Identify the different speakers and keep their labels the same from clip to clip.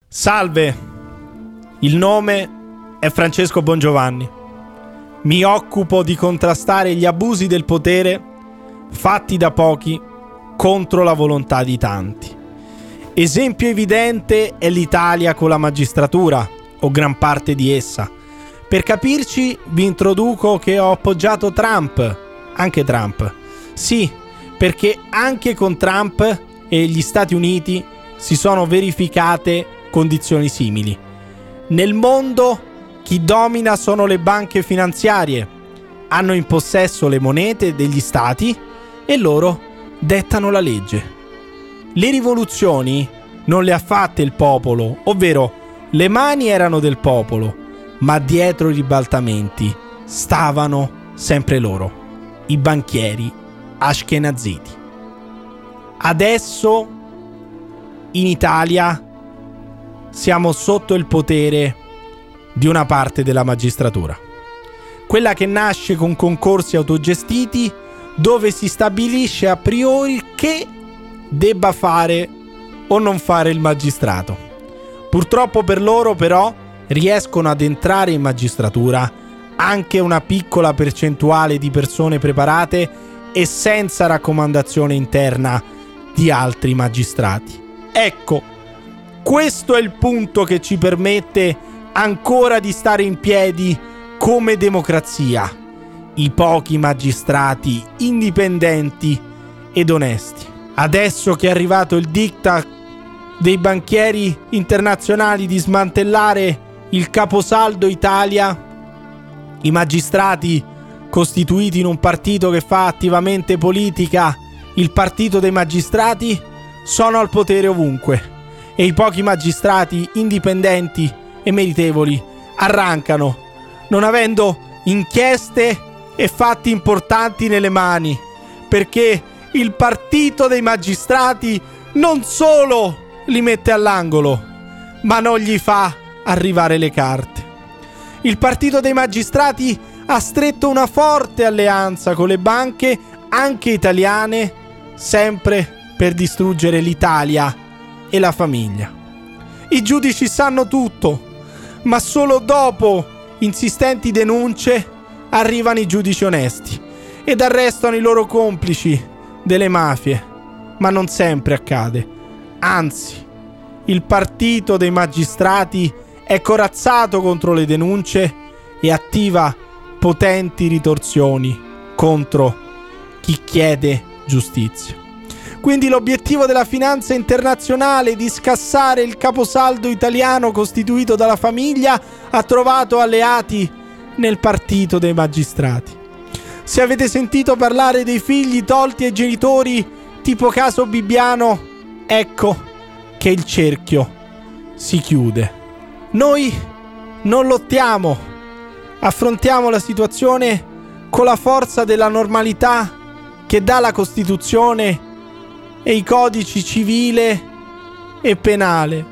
Speaker 1: Salve, il nome è Francesco Bongiovanni. Mi occupo di contrastare gli abusi del potere fatti da pochi contro la volontà di tanti. Esempio evidente è l'Italia con la magistratura, o gran parte di essa. Per capirci, vi introduco che ho appoggiato Trump, anche Trump. Sì, perché anche con Trump e gli Stati Uniti si sono verificate condizioni simili. Nel mondo chi domina sono le banche finanziarie, hanno in possesso le monete degli stati e loro dettano la legge. Le rivoluzioni non le ha fatte il popolo, ovvero le mani erano del popolo, ma dietro i ribaltamenti stavano sempre loro, i banchieri ashkenaziti. Adesso in Italia siamo sotto il potere di una parte della magistratura, quella che nasce con concorsi autogestiti dove si stabilisce a priori che debba fare o non fare il magistrato. Purtroppo per loro però riescono ad entrare in magistratura anche una piccola percentuale di persone preparate e senza raccomandazione interna di altri magistrati. Ecco, questo è il punto che ci permette ancora di stare in piedi come democrazia. I pochi magistrati indipendenti ed onesti. Adesso che è arrivato il diktat dei banchieri internazionali di smantellare il caposaldo Italia, i magistrati costituiti in un partito che fa attivamente politica, il partito dei magistrati, sono al potere ovunque. E i pochi magistrati indipendenti e meritevoli arrancano, non avendo inchieste e fatti importanti nelle mani, perché il partito dei magistrati non solo li mette all'angolo, ma non gli fa arrivare le carte. Il partito dei magistrati ha stretto una forte alleanza con le banche, anche italiane, sempre per distruggere l'Italia e la famiglia. I giudici sanno tutto, ma solo dopo insistenti denunce arrivano i giudici onesti ed arrestano i loro complici delle mafie. Ma non sempre accade. Anzi, il partito dei magistrati è corazzato contro le denunce e attiva potenti ritorsioni contro chi chiede giustizia. Quindi l'obiettivo della finanza internazionale di scassare il caposaldo italiano costituito dalla famiglia ha trovato alleati nel partito dei magistrati. Se avete sentito parlare dei figli tolti ai genitori tipo caso Bibbiano, ecco che il cerchio si chiude. Noi non lottiamo, affrontiamo la situazione con la forza della normalità che dà la Costituzione e i codici civile e penale.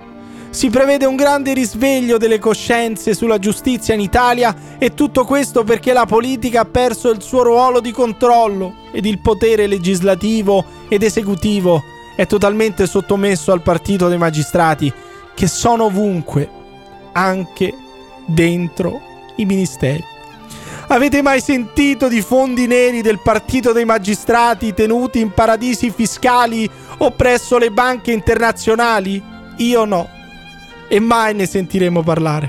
Speaker 1: Si prevede un grande risveglio delle coscienze sulla giustizia in Italia, e tutto questo perché la politica ha perso il suo ruolo di controllo ed il potere legislativo ed esecutivo è totalmente sottomesso al partito dei magistrati, che sono ovunque, anche dentro i ministeri. Avete mai sentito di fondi neri del partito dei magistrati tenuti in paradisi fiscali o presso le banche internazionali? Io no. E mai ne sentiremo parlare.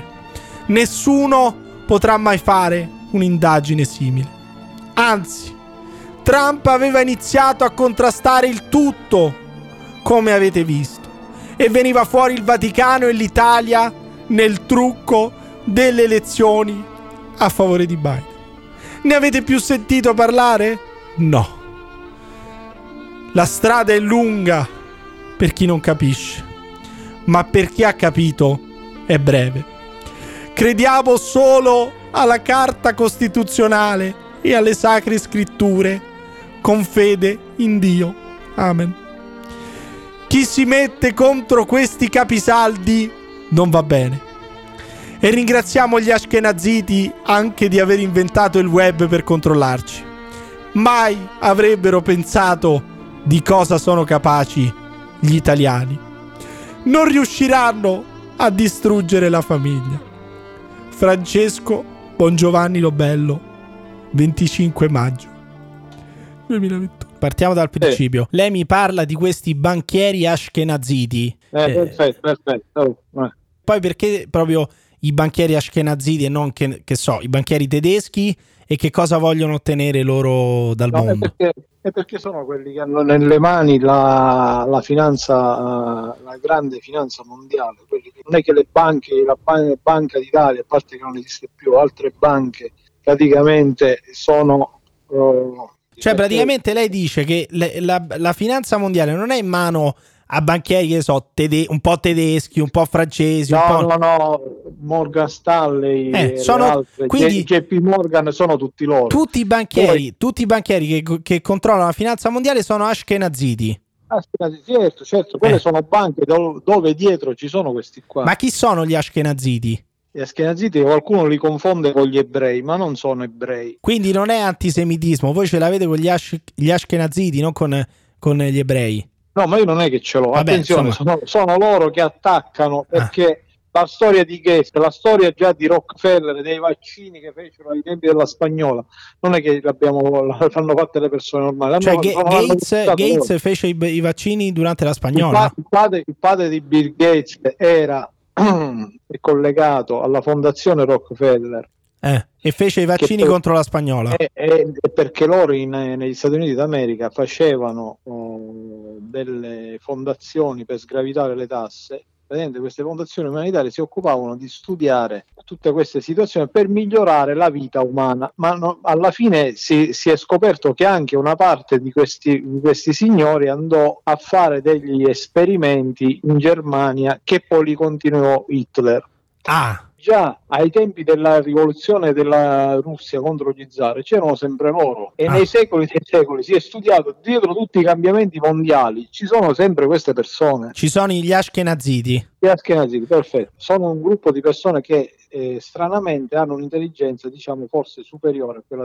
Speaker 1: Nessuno potrà mai fare un'indagine simile. Anzi, Trump aveva iniziato a contrastare il tutto, come avete visto, e veniva fuori il Vaticano e l'Italia nel trucco delle elezioni a favore di Biden. Ne avete più sentito parlare? No. La strada è lunga per chi non capisce, ma per chi ha capito è breve. Crediamo solo alla Carta Costituzionale e alle Sacre Scritture, con fede in Dio. Amen. Chi si mette contro questi capisaldi non va bene. E ringraziamo gli ashkenaziti anche di aver inventato il web per controllarci. Mai avrebbero pensato di cosa sono capaci gli italiani. non riusciranno a distruggere la famiglia. Francesco Bongiovanni Lobello, 25 maggio 2021. Partiamo dal principio. Lei mi parla di questi banchieri ashkenaziti.
Speaker 2: Perfetto.
Speaker 1: Poi perché proprio i banchieri ashkenaziti e non che so, i banchieri tedeschi, e che cosa vogliono ottenere loro dal mondo?
Speaker 2: È perché sono quelli che hanno nelle mani la finanza, la grande finanza mondiale. Non è che le banche, la Banca d'Italia, a parte che non esiste più, altre banche praticamente sono...
Speaker 1: cioè praticamente lei dice che la finanza mondiale non è in mano a banchieri che so, un po' tedeschi, un po' francesi,
Speaker 2: no, Morgan Stanley,
Speaker 1: sono
Speaker 2: altre,
Speaker 1: quindi
Speaker 2: JP Morgan, sono tutti loro.
Speaker 1: Tutti i banchieri che controllano la finanza mondiale sono ashkenaziti.
Speaker 2: Certo, quelle sono banche dove dietro ci sono questi qua.
Speaker 1: Ma chi sono gli ashkenaziti?
Speaker 2: Gli ashkenaziti qualcuno li confonde con gli ebrei, ma non sono ebrei.
Speaker 1: Quindi non è antisemitismo, voi ce l'avete con gli ashkenaziti, non con gli ebrei.
Speaker 2: No, ma io non è che ce l'ho.
Speaker 1: Vabbè,
Speaker 2: attenzione, sono loro che attaccano, perché la storia di Gates, la storia già di Rockefeller, dei vaccini che fecero ai tempi della Spagnola, non è che l'hanno fatte le persone normali.
Speaker 1: Cioè Gates fece i vaccini durante la Spagnola?
Speaker 2: Il padre di Bill Gates era collegato alla fondazione Rockefeller.
Speaker 1: E fece i vaccini contro la Spagnola.
Speaker 2: Perché loro negli Stati Uniti d'America facevano delle fondazioni per sgravitare le tasse. Queste fondazioni umanitarie si occupavano di studiare tutte queste situazioni per migliorare la vita umana, ma alla fine si è scoperto che anche una parte di questi signori andò a fare degli esperimenti in Germania che poi li continuò Hitler. Già ai tempi della rivoluzione della Russia contro gli zar c'erano sempre loro, e nei secoli dei secoli si è studiato dietro tutti i cambiamenti mondiali ci sono sempre queste persone.
Speaker 1: Ci sono gli ashkenaziti.
Speaker 2: Gli ashkenaziti, perfetto, sono un gruppo di persone che stranamente hanno un'intelligenza, diciamo, forse superiore a quella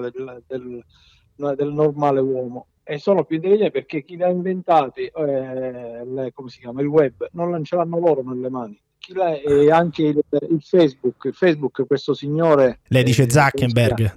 Speaker 2: del normale uomo, e sono più intelligenti perché chi li ha inventati, come si chiama, il web, non ce l'hanno loro nelle mani. Anche il Facebook, questo signore,
Speaker 1: lei dice Zuckerberg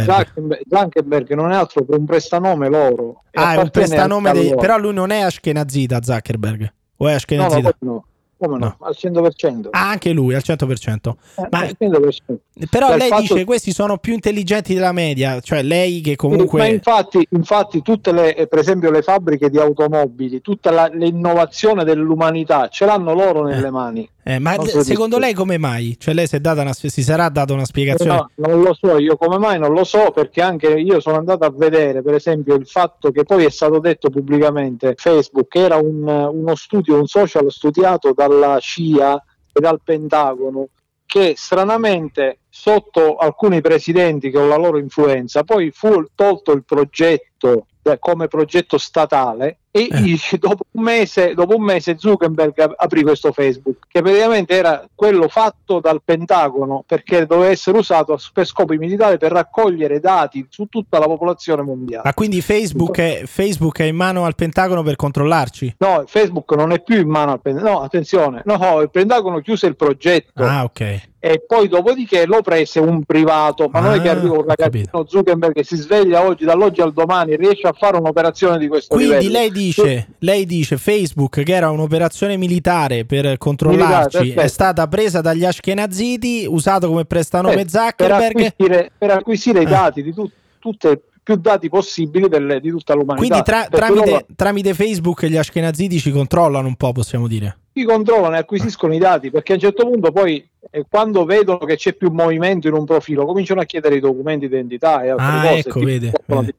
Speaker 2: non è altro che un prestanome loro.
Speaker 1: È un prestanome però lui non è ashkenazita, Zuckerberg, o è ashkenazita?
Speaker 2: No, come no? Al 100%.
Speaker 1: Anche lui al 100%. Ma
Speaker 2: al 100%.
Speaker 1: Però lei dice questi sono più intelligenti della media, cioè lei che comunque...
Speaker 2: Ma infatti tutte per esempio le fabbriche di automobili, tutta l'innovazione dell'umanità ce l'hanno loro nelle mani.
Speaker 1: Ma secondo lei come mai? Cioè lei si sarà data una spiegazione?
Speaker 2: No, non lo so, io come mai non lo so, perché anche io sono andato a vedere per esempio il fatto che poi è stato detto pubblicamente, Facebook era uno studio, un social studiato dalla CIA e dal Pentagono, che stranamente sotto alcuni presidenti con la loro influenza poi fu tolto il progetto come progetto statale, e dopo un mese Zuckerberg aprì questo Facebook, che praticamente era quello fatto dal Pentagono perché doveva essere usato per scopi militari, per raccogliere dati su tutta la popolazione mondiale.
Speaker 1: Ma quindi Facebook è in mano al Pentagono per controllarci?
Speaker 2: No, Facebook non è più in mano al Pentagono. No, attenzione, il Pentagono chiuse il progetto.
Speaker 1: Ok.
Speaker 2: E poi dopodiché lo prese un privato, ma non è che arriva un ragazzino Zuckerberg che si sveglia dall'oggi al domani e riesce a fare un'operazione di questo livello.
Speaker 1: Quindi lei dice Facebook, che era un'operazione militare per controllarci, è stata presa dagli ashkenaziti, usato come prestanome Zuckerberg
Speaker 2: per acquisire i dati di tutte più dati possibili di tutta l'umanità.
Speaker 1: Quindi tramite Facebook gli ashkenaziti ci controllano un po', possiamo dire.
Speaker 2: Ci controllano e acquisiscono i dati, perché a un certo punto poi quando vedono che c'è più movimento in un profilo cominciano a chiedere i documenti di identità e altre cose,
Speaker 1: vede.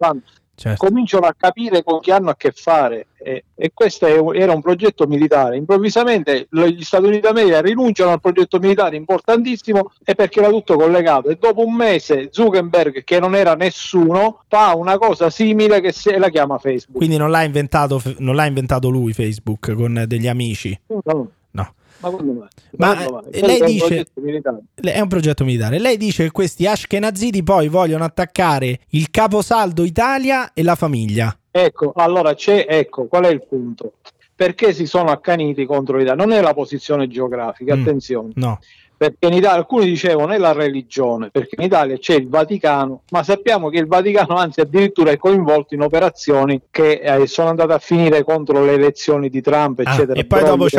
Speaker 1: Certo.
Speaker 2: Cominciano a capire con chi hanno a che fare, e questo era un progetto militare. Improvvisamente gli Stati Uniti d'America rinunciano al progetto militare importantissimo, e perché era tutto collegato, e dopo un mese Zuckerberg, che non era nessuno, fa una cosa simile che la chiama Facebook.
Speaker 1: Quindi non l'ha inventato lui Facebook con degli amici?
Speaker 2: No.
Speaker 1: Ma lei dice è un progetto militare. Lei dice che questi ashkenaziti poi vogliono attaccare il caposaldo Italia e la famiglia.
Speaker 2: Allora qual è il punto? perché si sono accaniti contro l'Italia. Non è la posizione geografica, attenzione.
Speaker 1: No.
Speaker 2: Perché in Italia, alcuni dicevano, è la religione, perché in Italia c'è il Vaticano, ma sappiamo che il Vaticano anzi addirittura è coinvolto in operazioni che sono andate a finire contro le elezioni di Trump, eccetera.
Speaker 1: E poi dopo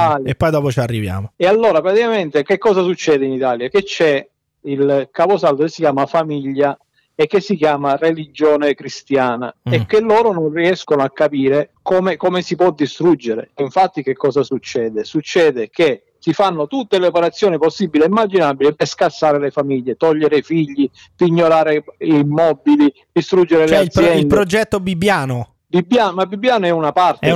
Speaker 1: ci arriviamo.
Speaker 2: E allora praticamente che cosa succede in Italia? Che c'è il caposaldo che si chiama famiglia e che si chiama religione cristiana e che loro non riescono a capire come si può distruggere. Infatti che cosa succede? Succede che si fanno tutte le operazioni possibili e immaginabili per scassare le famiglie, togliere i figli, pignorare immobili, distruggere le aziende.
Speaker 1: Il progetto Bibbiano.
Speaker 2: Ma Bibbiano è una parte,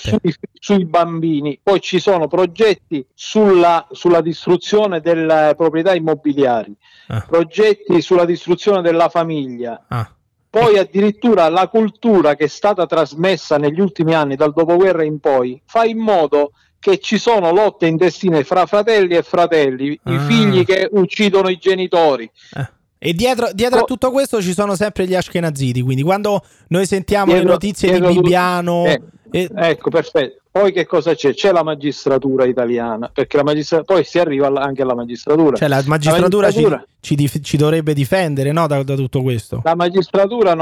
Speaker 2: sui bambini. Poi ci sono progetti sulla distruzione delle proprietà immobiliari, progetti sulla distruzione della famiglia. Poi addirittura la cultura che è stata trasmessa negli ultimi anni, dal dopoguerra in poi, fa in modo che ci sono lotte intestine fra fratelli e fratelli, i figli che uccidono i genitori.
Speaker 1: E dietro a tutto questo ci sono sempre gli ashkenaziti, quindi quando noi sentiamo le notizie di Bibbiano...
Speaker 2: Ecco, perfetto. Poi che cosa c'è? C'è la magistratura italiana, perché poi si arriva anche alla magistratura.
Speaker 1: Cioè la magistratura ci dovrebbe difendere, no, da tutto questo.
Speaker 2: La magistratura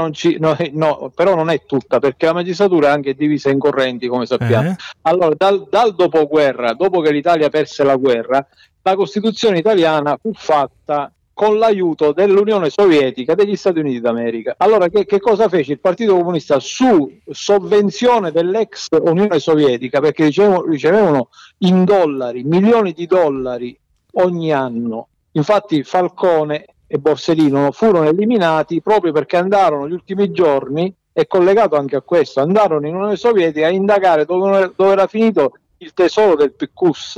Speaker 2: no, però non è tutta, perché la magistratura è anche divisa in correnti, come sappiamo. Allora, dal dopoguerra, dopo che l'Italia perse la guerra, la Costituzione italiana fu fatta con l'aiuto dell'Unione Sovietica, degli Stati Uniti d'America. Allora che cosa fece il Partito Comunista su sovvenzione dell'ex Unione Sovietica, perché ricevevano in dollari, milioni di dollari ogni anno. Infatti Falcone e Borsellino furono eliminati proprio perché andarono gli ultimi giorni, è collegato anche a questo, andarono in Unione Sovietica a indagare dove era finito il tesoro del PQS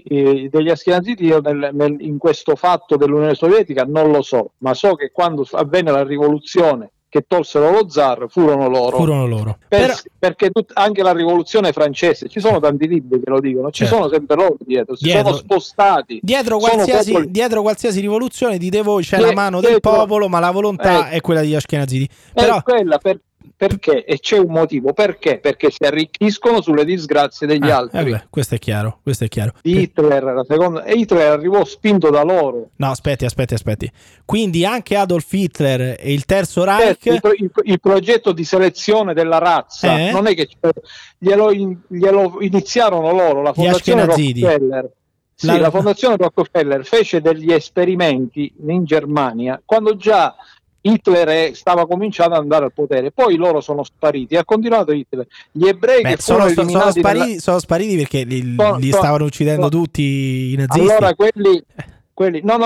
Speaker 2: degli ashkenaziti. Io in questo fatto dell'Unione Sovietica non lo so, ma so che quando avvenne la rivoluzione che tolsero lo zar furono loro. Perché anche la rivoluzione francese, ci sono tanti libri che lo dicono, ci sono sempre loro dietro, sono spostati.
Speaker 1: Dietro qualsiasi rivoluzione, dite voi, c'è la mano del popolo, ma la volontà è quella degli ashkenaziti.
Speaker 2: È quella perché? E c'è un motivo. Perché? Perché si arricchiscono sulle disgrazie degli altri.
Speaker 1: Questo è chiaro.
Speaker 2: Hitler, Hitler arrivò spinto da loro.
Speaker 1: No, aspetti. Quindi anche Adolf Hitler e il Terzo Reich...
Speaker 2: Il progetto di selezione della razza, non è che glielo iniziarono loro, la Fondazione Rockefeller. La Fondazione Rockefeller fece degli esperimenti in Germania quando già Hitler stava cominciando ad andare al potere, poi loro sono spariti, ha continuato Hitler. Gli ebrei che sono eliminati
Speaker 1: sono spariti perché li stavano uccidendo tutti i nazisti.
Speaker 2: Allora quelli no,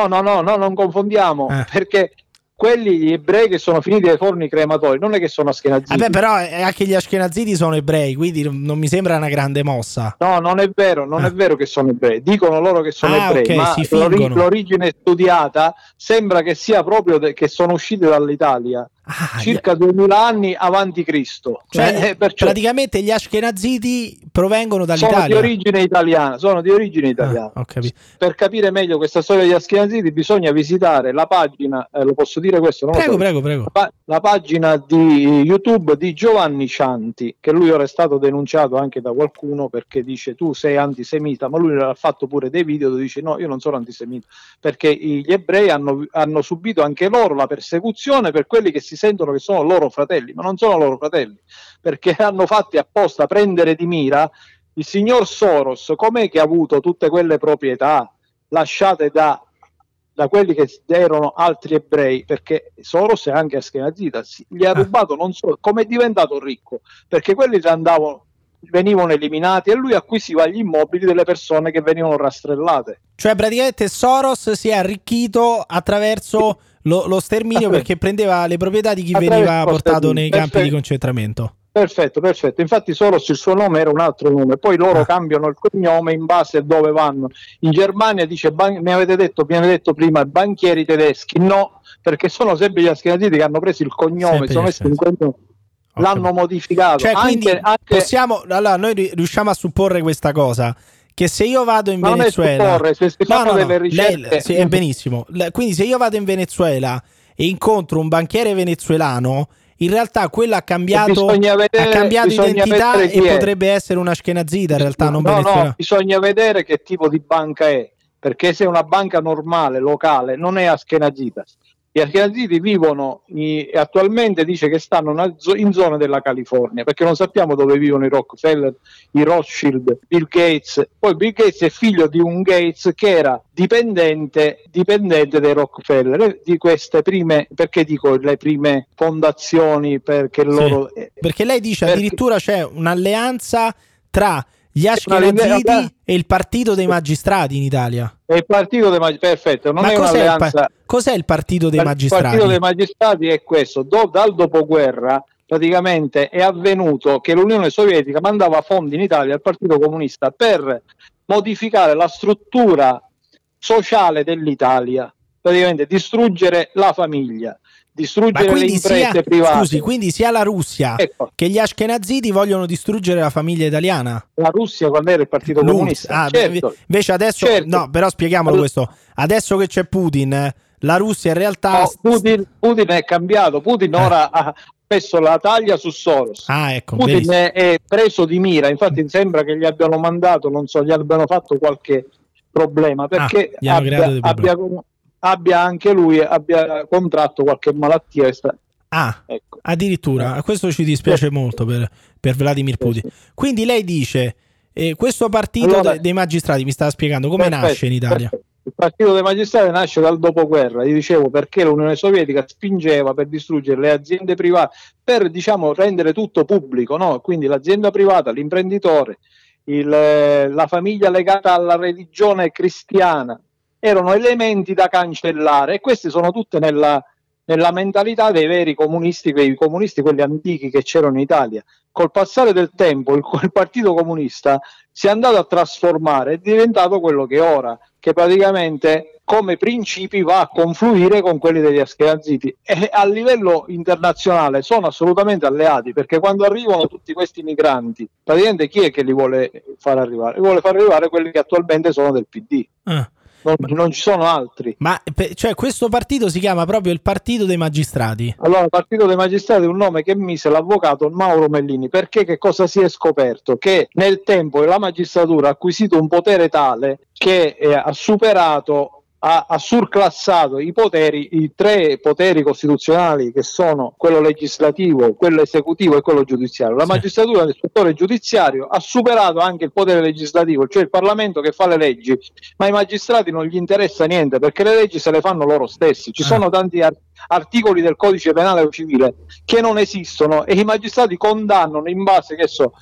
Speaker 2: non confondiamo, perché quelli gli ebrei che sono finiti ai forni crematori non è che sono ashkenaziti.
Speaker 1: Vabbè, però anche gli ashkenaziti sono ebrei, quindi non mi sembra una grande mossa.
Speaker 2: No, non è vero, è vero che sono ebrei. Dicono loro che sono ebrei, ma l'origine studiata sembra che sia proprio che sono usciti dall'Italia. Circa 2000 anni avanti Cristo.
Speaker 1: Cioè, praticamente gli ashkenaziti provengono dall'Italia.
Speaker 2: Sono di origine italiana.
Speaker 1: Ho capito.
Speaker 2: Per capire meglio questa storia degli ashkenaziti bisogna visitare la pagina, lo posso dire questo?
Speaker 1: Prego.
Speaker 2: La pagina di YouTube di Giovanni Cianti, che lui ora è stato denunciato anche da qualcuno perché dice tu sei antisemita, ma lui ha fatto pure dei video dove dice no, io non sono antisemita, perché gli ebrei hanno subito anche loro la persecuzione per quelli che si sentono che sono loro fratelli, ma non sono loro fratelli, perché hanno fatti apposta prendere di mira il signor Soros. Com'è che ha avuto tutte quelle proprietà lasciate da quelli che erano altri ebrei? Perché Soros è anche ashkenazita, gli ha rubato non solo, come è diventato ricco, perché quelli venivano eliminati e lui acquisiva gli immobili delle persone che venivano rastrellate.
Speaker 1: Cioè praticamente Soros si è arricchito attraverso lo sterminio, perché prendeva le proprietà di chi veniva portato nei campi di concentramento.
Speaker 2: Perfetto. Infatti Soros il suo nome era un altro nome, poi loro cambiano il cognome in base a dove vanno. In Germania dice mi avete detto prima banchieri tedeschi, no, perché sono sempre gli ashkenaziti che hanno preso il cognome, sono messi in quello, l'hanno modificato.
Speaker 1: Cioè, anche allora noi riusciamo a supporre questa cosa, che se io vado in Venezuela,
Speaker 2: delle ricerche,
Speaker 1: è benissimo. Quindi se io vado in Venezuela e incontro un banchiere venezuelano, in realtà quello ha cambiato identità e potrebbe essere una ashkenazita in realtà, non venezuelana.
Speaker 2: No, bisogna vedere che tipo di banca è, perché se è una banca normale, locale, non è ashkenazita. Gli ashkenaziti vivono attualmente, dice che stanno in zone della California, perché non sappiamo dove vivono i Rockefeller, i Rothschild, Bill Gates. Poi Bill Gates è figlio di un Gates che era dipendente dei Rockefeller, di queste prime, perché dico le prime fondazioni, perché loro...
Speaker 1: Perché lei dice addirittura c'è un'alleanza tra gli ashkenaziti e il partito dei magistrati in Italia.
Speaker 2: È il partito dei magistrati, perfetto. Non è un'alleanza.
Speaker 1: Cos'è il partito dei magistrati?
Speaker 2: Il partito dei magistrati è questo. Dal dopoguerra praticamente è avvenuto che l'Unione Sovietica mandava fondi in Italia al Partito Comunista per modificare la struttura sociale dell'Italia, praticamente distruggere la famiglia, distruggere le imprese private.
Speaker 1: Scusi, quindi sia la Russia che gli ashkenaziti vogliono distruggere la famiglia italiana?
Speaker 2: La Russia quando era il Partito Comunista?
Speaker 1: Certo. Invece adesso no, però spieghiamolo questo. Adesso che c'è Putin, la Russia in realtà
Speaker 2: Putin è cambiato. Putin ora ha messo la taglia su Soros.
Speaker 1: Ecco,
Speaker 2: Putin è preso di mira, infatti sembra che gli abbiano mandato, non so, gli abbiano fatto qualche problema perché abbia anche lui contratto qualche malattia.
Speaker 1: Ecco. Addirittura, questo ci dispiace molto per Vladimir Putin. Quindi lei dice questo partito dei magistrati, mi stava spiegando come nasce in Italia.
Speaker 2: Il partito dei magistrati nasce dal dopoguerra, io dicevo, perché l'Unione Sovietica spingeva per distruggere le aziende private, per rendere tutto pubblico, no? Quindi l'azienda privata, l'imprenditore, la famiglia legata alla religione cristiana erano elementi da cancellare, e queste sono tutte nella mentalità dei veri comunisti, quelli antichi che c'erano in Italia. Col passare del tempo il Partito Comunista si è andato a trasformare, è diventato quello che è ora, che praticamente come principi va a confluire con quelli degli ashkenaziti, e a livello internazionale sono assolutamente alleati, perché quando arrivano tutti questi migranti, praticamente chi è che li vuole far arrivare? Li vuole far arrivare quelli che attualmente sono del PD. Non ci sono altri.
Speaker 1: Ma cioè questo partito si chiama proprio il Partito dei Magistrati?
Speaker 2: Allora, il Partito dei Magistrati è un nome che mise l'avvocato Mauro Mellini, perché che cosa si è scoperto? Che nel tempo la magistratura ha acquisito un potere tale che ha superato, ha surclassato i tre poteri costituzionali, che sono quello legislativo, quello esecutivo e quello giudiziario. La magistratura del settore giudiziario ha superato anche il potere legislativo, cioè il Parlamento che fa le leggi, ma ai magistrati non gli interessa niente, perché le leggi se le fanno loro stessi. Ci sono tanti articoli del codice penale o civile che non esistono, e i magistrati condannano in base,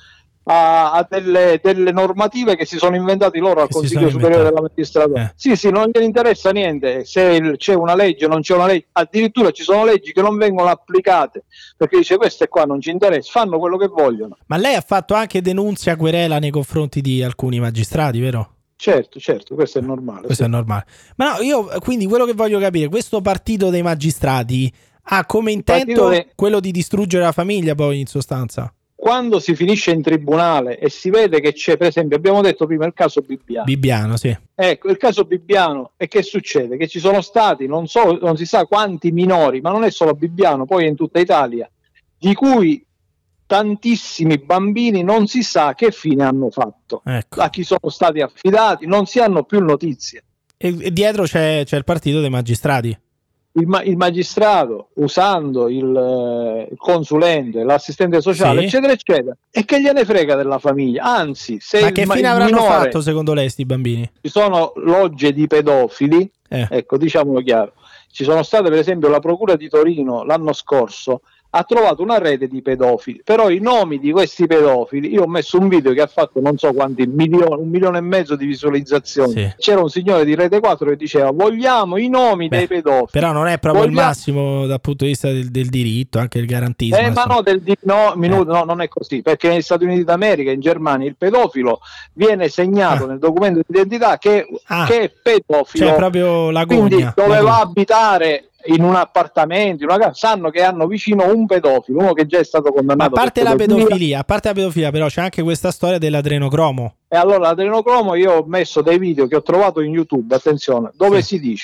Speaker 2: a delle normative che si sono inventati loro al Consiglio Superiore della Magistratura. Sì, non gli interessa niente se c'è una legge o non c'è una legge. Addirittura ci sono leggi che non vengono applicate, perché dice queste qua non ci interessa, fanno quello che vogliono.
Speaker 1: Ma lei ha fatto anche denunzia, querela nei confronti di alcuni magistrati, vero?
Speaker 2: Certo, questo è normale.
Speaker 1: Questo è normale. Ma no, io quindi quello che voglio capire, questo partito dei magistrati ha come intento quello di distruggere la famiglia, poi in sostanza?
Speaker 2: Quando si finisce in tribunale e si vede che c'è, per esempio, abbiamo detto prima il caso Bibbiano.
Speaker 1: Sì.
Speaker 2: Ecco, il caso Bibbiano, e che succede? Che ci sono stati non si sa quanti minori, ma non è solo Bibbiano, poi è in tutta Italia, di cui tantissimi bambini non si sa che fine hanno fatto, a chi sono stati affidati, non si hanno più notizie.
Speaker 1: E dietro c'è il partito dei magistrati.
Speaker 2: Il magistrato, usando il consulente, l'assistente sociale, eccetera eccetera, e che gliene frega della famiglia. Anzi, se
Speaker 1: ma che fine avranno fatto secondo lei sti bambini?
Speaker 2: Ci sono logge di pedofili, ecco, diciamolo chiaro. Ci sono state, per esempio, la procura di Torino l'anno scorso ha trovato una rete di pedofili, però i nomi di questi pedofili, io ho messo un video che ha fatto non so quanti, 1,5 milioni di visualizzazioni. C'era un signore di Rete 4 che diceva vogliamo i nomi dei pedofili.
Speaker 1: Però non è proprio il massimo dal punto di vista del diritto, anche il garantismo.
Speaker 2: Ma no, non è così, perché negli Stati Uniti d'America, in Germania, il pedofilo viene segnato nel documento di identità che è pedofilo.
Speaker 1: C'è proprio la
Speaker 2: quindi doveva abitare in un appartamento, in una casa, sanno che hanno vicino un pedofilo, uno che già è stato condannato.
Speaker 1: Ma a parte la pedofilia, però c'è anche questa storia dell'adrenocromo.
Speaker 2: E allora l'adrenocromo, io ho messo dei video che ho trovato in YouTube, attenzione, dove si dice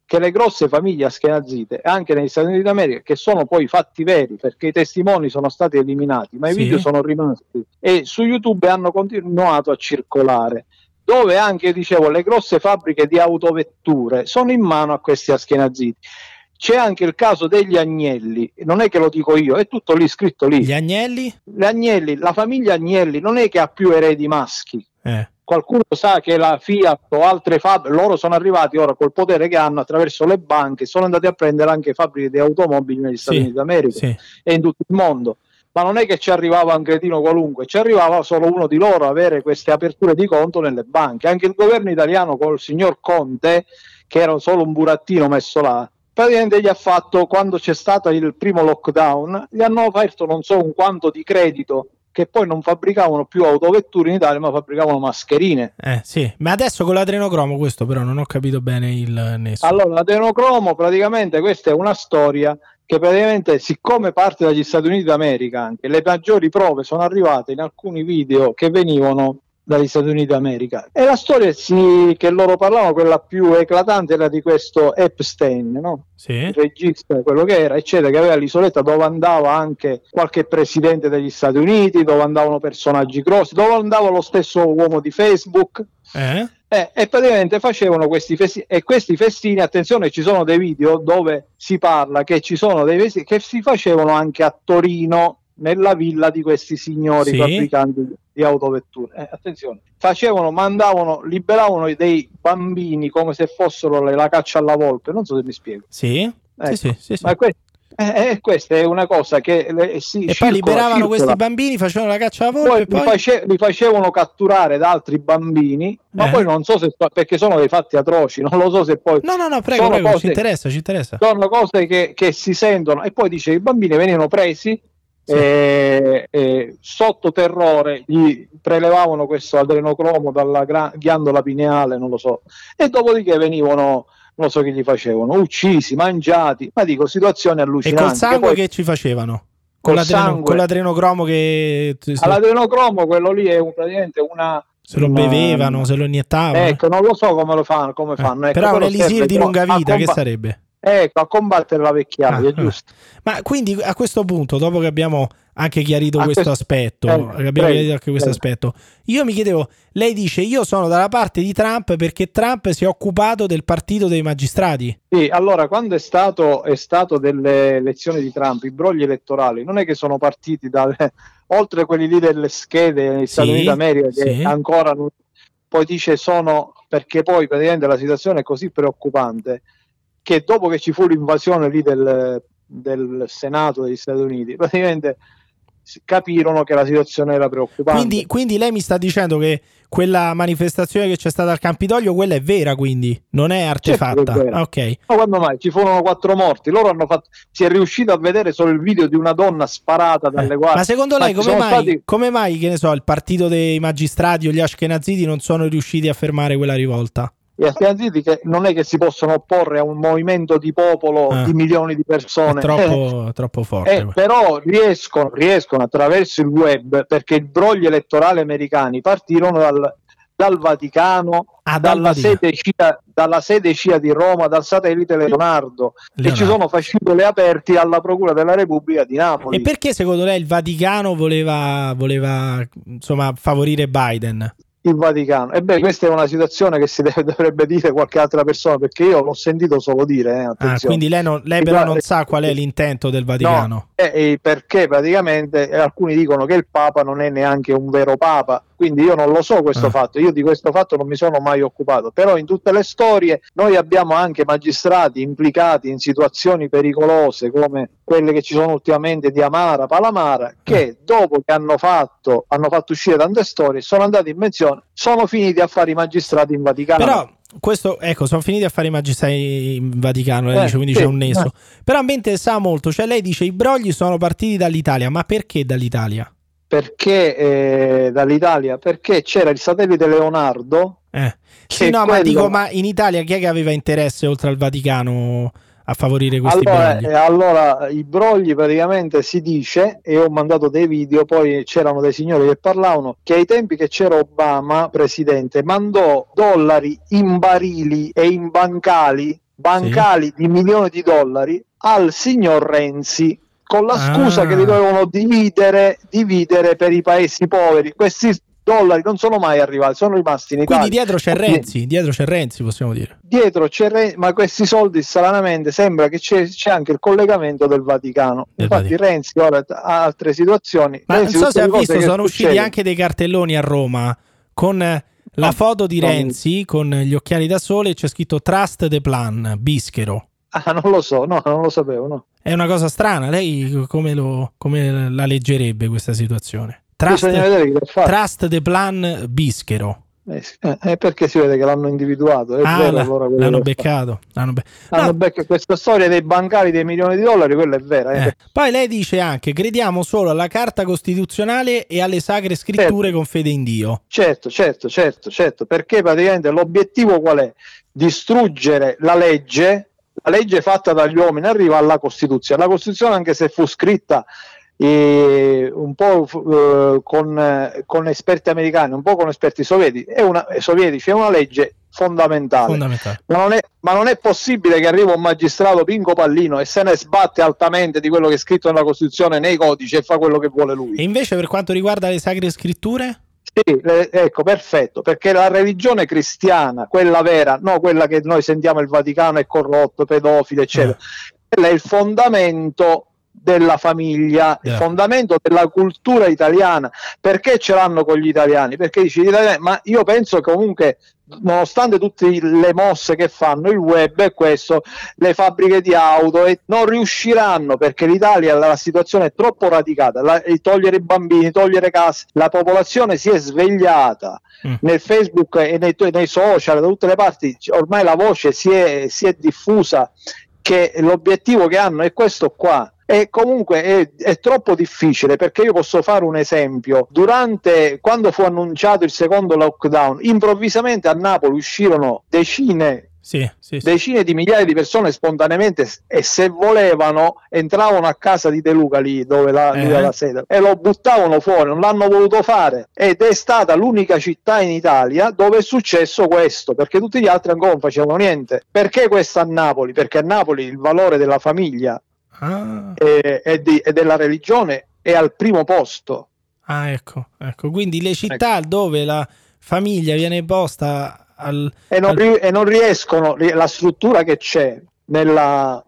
Speaker 2: che le grosse famiglie ashkenazite, anche negli Stati Uniti d'America, che sono poi fatti veri perché i testimoni sono stati eliminati, ma i video sono rimasti e su YouTube hanno continuato a circolare, dove anche, dicevo, le grosse fabbriche di autovetture sono in mano a questi ashkenaziti. C'è anche il caso degli Agnelli, non è che lo dico io, è tutto lì scritto lì.
Speaker 1: Gli Agnelli?
Speaker 2: Le Agnelli, la famiglia Agnelli non è che ha più eredi maschi. Qualcuno sa che la Fiat o altre fabbriche, loro sono arrivati ora col potere che hanno attraverso le banche, sono andati a prendere anche fabbriche di automobili negli Stati Uniti d'America e in tutto il mondo. Ma non è che ci arrivava un cretino qualunque, ci arrivava solo uno di loro a avere queste aperture di conto nelle banche. Anche il governo italiano col signor Conte, che era solo un burattino messo là, praticamente gli ha fatto, quando c'è stato il primo lockdown, gli hanno offerto non so un quanto di credito, che poi non fabbricavano più autovetture in Italia, ma fabbricavano mascherine.
Speaker 1: Sì, ma adesso con l'adrenocromo questo però non ho capito bene il nesso.
Speaker 2: Allora, l'adrenocromo praticamente questa è una storia che praticamente, siccome parte dagli Stati Uniti d'America, anche le maggiori prove sono arrivate in alcuni video che venivano dagli Stati Uniti d'America, e la storia che loro parlavano, quella più eclatante, era di questo Epstein, no? Il regista, quello che era, eccetera, che aveva l'isoletta dove andava anche qualche presidente degli Stati Uniti, dove andavano personaggi grossi, dove andava lo stesso uomo di Facebook. E praticamente facevano questi festini, e questi festini, attenzione, ci sono dei video dove si parla che ci sono dei festini che si facevano anche a Torino, nella villa di questi signori fabbricanti di autovetture. Attenzione, liberavano dei bambini come se fossero la caccia alla volpe, non so se mi spiego.
Speaker 1: Sì.
Speaker 2: Ma questa è una cosa che e
Speaker 1: poi liberavano questi bambini, facevano la caccia alla volpe,
Speaker 2: poi li facevano catturare da altri bambini, ma poi non so se, perché sono dei fatti atroci, non lo so se poi
Speaker 1: no, prego, cose, ci interessa.
Speaker 2: Sono cose che si sentono, e poi dice che i bambini venivano presi sotto terrore, gli prelevavano questo adrenocromo dalla ghiandola pineale, non lo so, e dopodiché venivano, non so che gli facevano, uccisi, mangiati, ma dico, situazioni allucinanti.
Speaker 1: E col sangue che ci facevano? Con l'adrenocromo che...
Speaker 2: All'adrenocromo, quello lì è praticamente una...
Speaker 1: Se lo bevevano, se lo iniettavano.
Speaker 2: Ecco, non lo so come lo fanno, Ecco,
Speaker 1: però un elisir di lunga vita, che sarebbe?
Speaker 2: Ecco, a combattere la vecchiaia, giusto.
Speaker 1: Ma quindi a questo punto, dopo che abbiamo anche chiarito questo aspetto, io mi chiedevo, lei dice io sono dalla parte di Trump perché Trump si è occupato del partito dei magistrati.
Speaker 2: Sì, allora, quando è stato delle elezioni di Trump, i brogli elettorali non è che sono partiti oltre quelli lì delle schede negli Stati Uniti d'America, che ancora non, poi dice perché poi praticamente la situazione è così preoccupante che dopo che ci fu l'invasione lì del Senato degli Stati Uniti, praticamente capirono che la situazione era preoccupante.
Speaker 1: Quindi lei mi sta dicendo che quella manifestazione che c'è stata al Campidoglio, quella è vera, quindi non è artefatta.
Speaker 2: Certo, è vera.
Speaker 1: Ok.
Speaker 2: Ma quando mai? Ci furono 4 morti. Loro si è riuscito a vedere solo il video di una donna sparata dalle guardie.
Speaker 1: Ma secondo lei come mai, che ne so, il partito dei magistrati o gli ashkenaziti non sono riusciti a fermare quella rivolta?
Speaker 2: Gli ashkenaziti che non è che si possono opporre a un movimento di popolo di milioni di persone,
Speaker 1: è troppo forte,
Speaker 2: però riescono attraverso il web, perché i brogli elettorali americani partirono dal Vaticano, dalla sede CIA di Roma, dal satellite Leonardo. E ci sono fascicoli aperti alla Procura della Repubblica di Napoli.
Speaker 1: E perché secondo lei il Vaticano voleva insomma favorire Biden?
Speaker 2: Il Vaticano. Questa è una situazione che dovrebbe dire qualche altra persona, perché io l'ho sentito solo dire.
Speaker 1: Quindi lei però non sa qual è l'intento del Vaticano.
Speaker 2: No, perché praticamente alcuni dicono che il Papa non è neanche un vero Papa, quindi io non lo so questo fatto, io di questo fatto non mi sono mai occupato, però in tutte le storie noi abbiamo anche magistrati implicati in situazioni pericolose come quelle che ci sono ultimamente di Amara, Palamara, che dopo che hanno fatto uscire tante storie, sono andati in pensione, sono finiti a fare i magistrati in Vaticano.
Speaker 1: Però questo, sono finiti a fare i magistrati in Vaticano, lei dice, quindi c'è un nesso. Però a me interessa molto, cioè lei dice i brogli sono partiti dall'Italia, ma perché dall'Italia?
Speaker 2: Perché dall'Italia? Perché c'era il satellite Leonardo.
Speaker 1: Ma in Italia chi è che aveva interesse oltre al Vaticano a favorire questi brogli?
Speaker 2: Allora, i brogli praticamente si dice, e ho mandato dei video, poi c'erano dei signori che parlavano, che ai tempi che c'era Obama presidente mandò dollari in barili e in bancali bancali di milioni di dollari al signor Renzi, con la scusa che li dovevano dividere per i paesi poveri. Questi dollari non sono mai arrivati, sono rimasti in Italia.
Speaker 1: Quindi dietro c'è Renzi, possiamo dire.
Speaker 2: Dietro c'è Renzi, ma questi soldi stranamente sembra che c'è anche il collegamento del Vaticano. Infatti Renzi ora ha altre situazioni.
Speaker 1: Ma
Speaker 2: Renzi,
Speaker 1: non so se ha visto, sono usciti
Speaker 2: succede.
Speaker 1: anche dei cartelloni a Roma con la foto di Renzi con gli occhiali da sole, c'è scritto Trust the Plan, Bischero.
Speaker 2: Non lo so, no, non lo sapevo, no.
Speaker 1: È una cosa strana, lei come la leggerebbe questa situazione? Trust the Plan, Bischero.
Speaker 2: Perché si vede che l'hanno individuato, è vero, allora
Speaker 1: l'hanno beccato.
Speaker 2: Questa storia dei bancari dei milioni di dollari, quella è vera.
Speaker 1: Poi lei dice anche: crediamo solo alla Carta Costituzionale e alle Sacre Scritture, con fede in Dio.
Speaker 2: Certo, perché praticamente l'obiettivo qual è? Distruggere la legge fatta dagli uomini, arriva alla Costituzione. La Costituzione, anche se fu scritta un po' con esperti americani, un po' con esperti sovietici, è una legge fondamentale. Ma non è possibile che arriva un magistrato Pinco Pallino e se ne sbatte altamente di quello che è scritto nella Costituzione, nei codici, e fa quello che vuole lui.
Speaker 1: E invece per quanto riguarda le Sacre Scritture?
Speaker 2: Sì, ecco, perfetto, perché la religione cristiana, quella vera, no quella che noi sentiamo il Vaticano è corrotto, pedofilo, eccetera, quella è il fondamento della famiglia, il fondamento della cultura italiana. Perché ce l'hanno con gli italiani? Perché dici gli italiani, ma io penso che comunque, nonostante tutte le mosse che fanno, il web e questo, le fabbriche di auto, non riusciranno, perché l'Italia, la situazione è troppo radicata, togliere i bambini, togliere case, la popolazione si è svegliata nel Facebook e nei social, da tutte le parti, ormai la voce si è diffusa che l'obiettivo che hanno è questo qua. E comunque è troppo difficile, perché io posso fare un esempio: quando fu annunciato il secondo lockdown, improvvisamente a Napoli uscirono decine di migliaia di persone spontaneamente, e se volevano entravano a casa di De Luca, lì dove lui ha la sede, e lo buttavano fuori. Non l'hanno voluto fare, ed è stata l'unica città in Italia dove è successo questo, perché tutti gli altri ancora non facevano niente. Perché questo a Napoli? Perché a Napoli il valore della famiglia e della religione è al primo posto.
Speaker 1: Ecco. Quindi le città dove la famiglia viene posta
Speaker 2: e non riescono, la struttura che c'è nella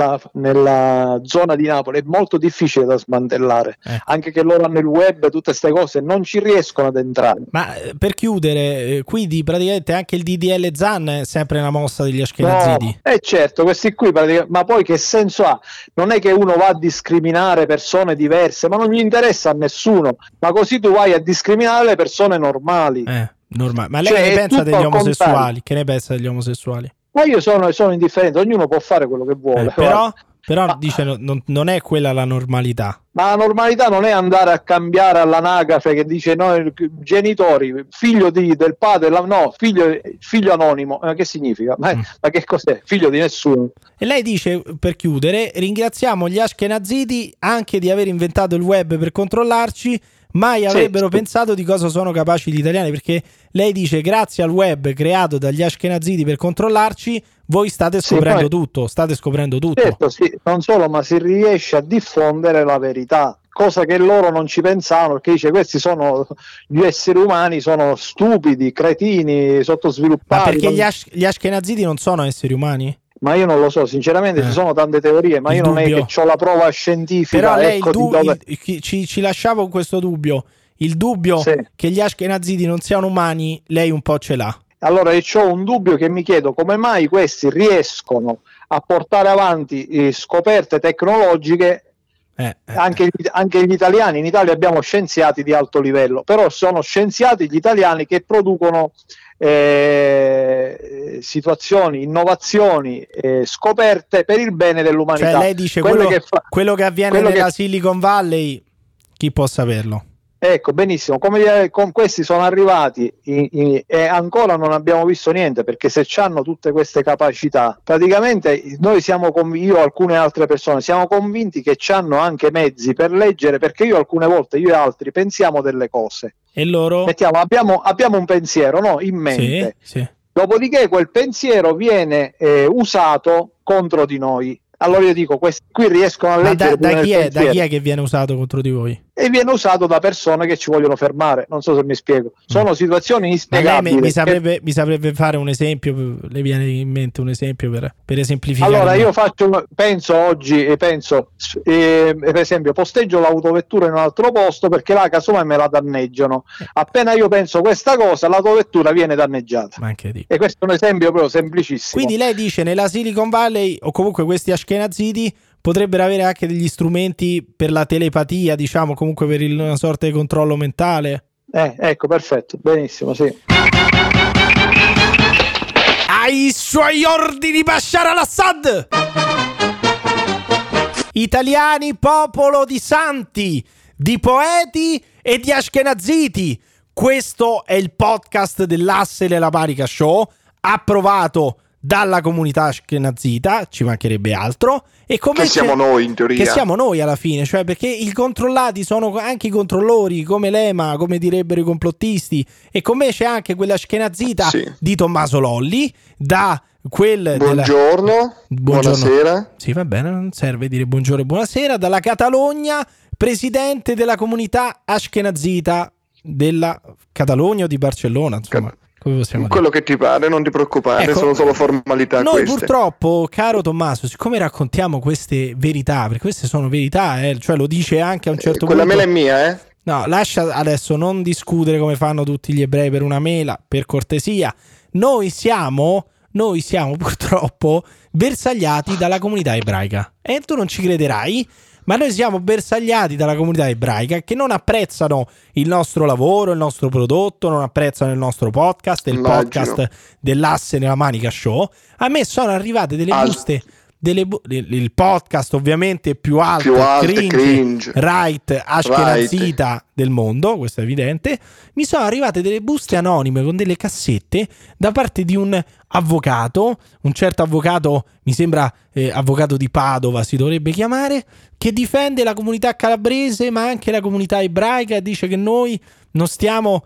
Speaker 2: zona di Napoli è molto difficile da smantellare, anche che loro hanno il web e tutte queste cose, non ci riescono ad entrare.
Speaker 1: Ma per chiudere, quindi praticamente anche il DDL Zan è sempre una mossa degli ashkenazidi.
Speaker 2: Certo, questi qui ma poi che senso ha? Non è che uno va a discriminare persone diverse, ma non gli interessa a nessuno, ma così tu vai a discriminare le persone normali.
Speaker 1: Ma lei che pensa degli omosessuali? Che ne pensa degli omosessuali?
Speaker 2: Ma io sono indifferente, ognuno può fare quello che vuole.
Speaker 1: Però dice non è quella la normalità.
Speaker 2: Ma la normalità non è andare a cambiare all'anagrafe che dice genitori, figlio del padre, figlio anonimo. Che significa? Ma che cos'è? Figlio di nessuno.
Speaker 1: E lei dice, per chiudere: ringraziamo gli ashkenazidi anche di aver inventato il web per controllarci. Mai avrebbero pensato di cosa sono capaci gli italiani, perché lei dice: grazie al web creato dagli ashkenazidi per controllarci, voi state scoprendo tutto.
Speaker 2: Certo, non solo, ma si riesce a diffondere la verità, cosa che loro non ci pensavano, perché dice: questi sono gli esseri umani, sono stupidi, cretini, sottosviluppati.
Speaker 1: Ma perché gli ashkenazidi non sono esseri umani?
Speaker 2: Ma io non lo so, sinceramente ci sono tante teorie, ma io non è che ho la prova scientifica.
Speaker 1: Però lei ci lasciava con questo dubbio. Il dubbio che gli ashkenazidi non siano umani, lei un po' ce l'ha.
Speaker 2: Allora io ho un dubbio, che mi chiedo come mai questi riescono a portare avanti scoperte tecnologiche. Anche gli italiani, in Italia abbiamo scienziati di alto livello, però sono scienziati gli italiani che producono situazioni, innovazioni, scoperte per il bene dell'umanità.
Speaker 1: Cioè lei dice quello che avviene nella Silicon Valley, chi può saperlo?
Speaker 2: Ecco, benissimo, con questi sono arrivati e ancora non abbiamo visto niente, perché se hanno tutte queste capacità, praticamente noi io e alcune altre persone siamo convinti che hanno anche mezzi per leggere, perché alcune volte io e altri pensiamo delle cose
Speaker 1: e loro
Speaker 2: abbiamo un pensiero in mente. Dopodiché quel pensiero viene usato contro di noi. Allora io dico, questi qui riescono a leggere
Speaker 1: da chi è che viene usato contro di voi?
Speaker 2: E viene usato da persone che ci vogliono fermare. Non so se mi spiego. Sono situazioni inspiegabili.
Speaker 1: Mi saprebbe fare un esempio? Le viene in mente un esempio per esemplificare?
Speaker 2: Allora io penso oggi, per esempio, posteggio l'autovettura in un altro posto perché là casomai me la danneggiano. Appena io penso questa cosa, l'autovettura viene danneggiata. E questo è un esempio proprio semplicissimo.
Speaker 1: Quindi lei dice nella Silicon Valley, o comunque questi ashkenaziti potrebbero avere anche degli strumenti per la telepatia, diciamo, comunque per una sorta di controllo mentale.
Speaker 2: Ecco, perfetto, benissimo, sì.
Speaker 1: Ai suoi ordini Bashar al-Assad! Italiani, popolo di santi, di poeti e di ashkenaziti. Questo è il podcast dell'Asse della Manica Show, approvato dalla comunità ashkenazita, ci mancherebbe altro, e come
Speaker 3: che siamo noi in teoria,
Speaker 1: che siamo noi alla fine, cioè perché i controllati sono anche i controllori, come l'EMA, come direbbero i complottisti, e con me c'è anche quella ashkenazita di Tommaso Lolli, da quel
Speaker 3: buongiorno, buonasera.
Speaker 1: Sì, va bene, non serve dire buongiorno e buonasera, dalla Catalogna, presidente della comunità ashkenazita della Catalogna o di Barcellona, insomma.
Speaker 3: Quello che ti pare, non ti preoccupare, ecco, sono solo formalità.
Speaker 1: Noi
Speaker 3: queste.
Speaker 1: Purtroppo, caro Tommaso, siccome raccontiamo queste verità, perché queste sono verità, cioè lo dice anche a un certo
Speaker 3: quella
Speaker 1: punto.
Speaker 3: Quella mela è mia,
Speaker 1: No, lascia adesso non discutere come fanno tutti gli ebrei per una mela, per cortesia. Noi siamo purtroppo bersagliati dalla comunità ebraica. E tu non ci crederai, ma noi siamo bersagliati dalla comunità ebraica che non apprezzano il nostro lavoro, il nostro prodotto, non apprezzano il nostro podcast, il podcast dell'Asse nella Manica Show. A me sono arrivate delle buste, il podcast ovviamente più alto cringe, right, ashkenazita del mondo, questo è evidente. Mi sono arrivate delle buste anonime con delle cassette da parte di un avvocato, un certo avvocato, mi sembra avvocato di Padova si dovrebbe chiamare, che difende la comunità calabrese ma anche la comunità ebraica e dice che noi non stiamo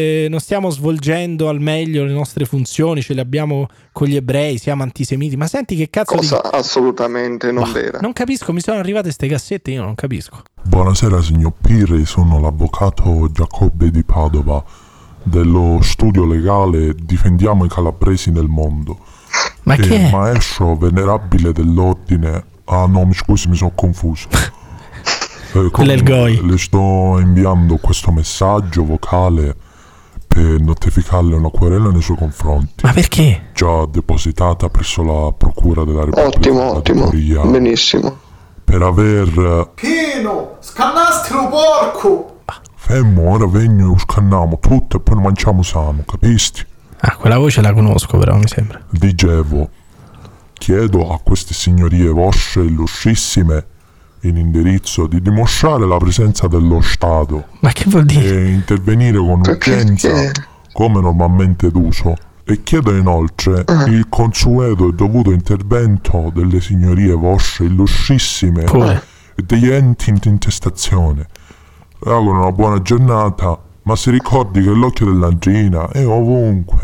Speaker 1: svolgendo al meglio le nostre funzioni, ce le abbiamo con gli ebrei, siamo antisemiti. Ma senti che cazzo
Speaker 3: assolutamente non vera.
Speaker 1: Non capisco, mi sono arrivate ste cassette, io non capisco.
Speaker 4: Buonasera signor Pirri, sono l'avvocato Giacobbe di Padova dello studio legale Difendiamo i calabresi nel mondo.
Speaker 1: Ma che è?
Speaker 4: Maestro venerabile dell'ordine. Ah no, mi scusi, mi sono confuso.
Speaker 1: Quello è il Goi.
Speaker 4: Le sto inviando questo messaggio vocale per notificarle una querela nei suoi confronti.
Speaker 1: Ma perché?
Speaker 4: Già depositata presso la Procura della Repubblica.
Speaker 3: Ottimo, benissimo.
Speaker 4: Per aver...
Speaker 5: Pieno, scannastro porco!
Speaker 4: Fermo, ora vengo e scanniamo tutto e poi lo mangiamo sano, capisti?
Speaker 1: Ah, quella voce la conosco però, mi sembra.
Speaker 4: Dicevo, chiedo a queste signorie vostre illustrissime in indirizzo di dimostrare la presenza dello Stato.
Speaker 1: Ma che vuol dire?
Speaker 4: E intervenire con urgenza come normalmente d'uso. E chiedo inoltre il consueto e dovuto intervento delle signorie vostre illustrissime e degli enti in intestazione. Le auguro una buona giornata, ma si ricordi che l'occhio dell'angina è ovunque.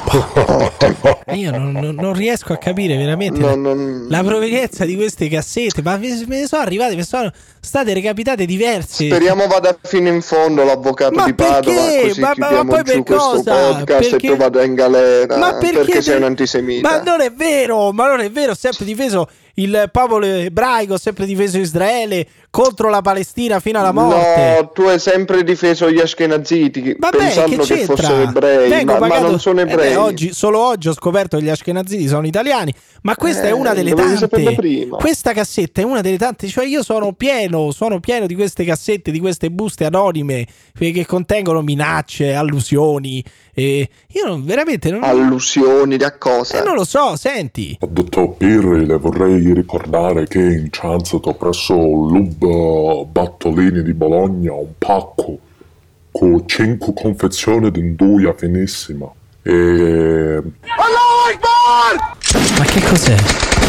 Speaker 1: Io non riesco a capire veramente la provenienza di queste cassette, ma me ne sono arrivate, mi sono state recapitate diverse.
Speaker 3: Speriamo vada fino in fondo l'avvocato di Padova, così chiudiamo giù questo podcast e tu vada in galera perché sei un antisemita.
Speaker 1: Ma non è vero, ho sempre difeso il popolo ebraico, ho sempre difeso Israele contro la Palestina fino alla morte.
Speaker 3: No, tu hai sempre difeso gli ashkenaziti pensando che fossero ebrei, ma non sono ebrei.
Speaker 1: Solo oggi ho scoperto che gli ashkenaziti sono italiani, ma questa è una delle tante. Questa cassetta è una delle tante, cioè io sono pieno di queste cassette, di queste buste anonime che contengono minacce, allusioni. E io veramente non...
Speaker 3: Allusioni da cosa?
Speaker 1: Non lo so, senti.
Speaker 4: Dottor Pirri, le vorrei ricordare che in transito presso l'UB Battolini di Bologna un pacco con 5 confezioni di induia finissima. E...
Speaker 5: Allahu Akbar!
Speaker 1: Ma che cos'è?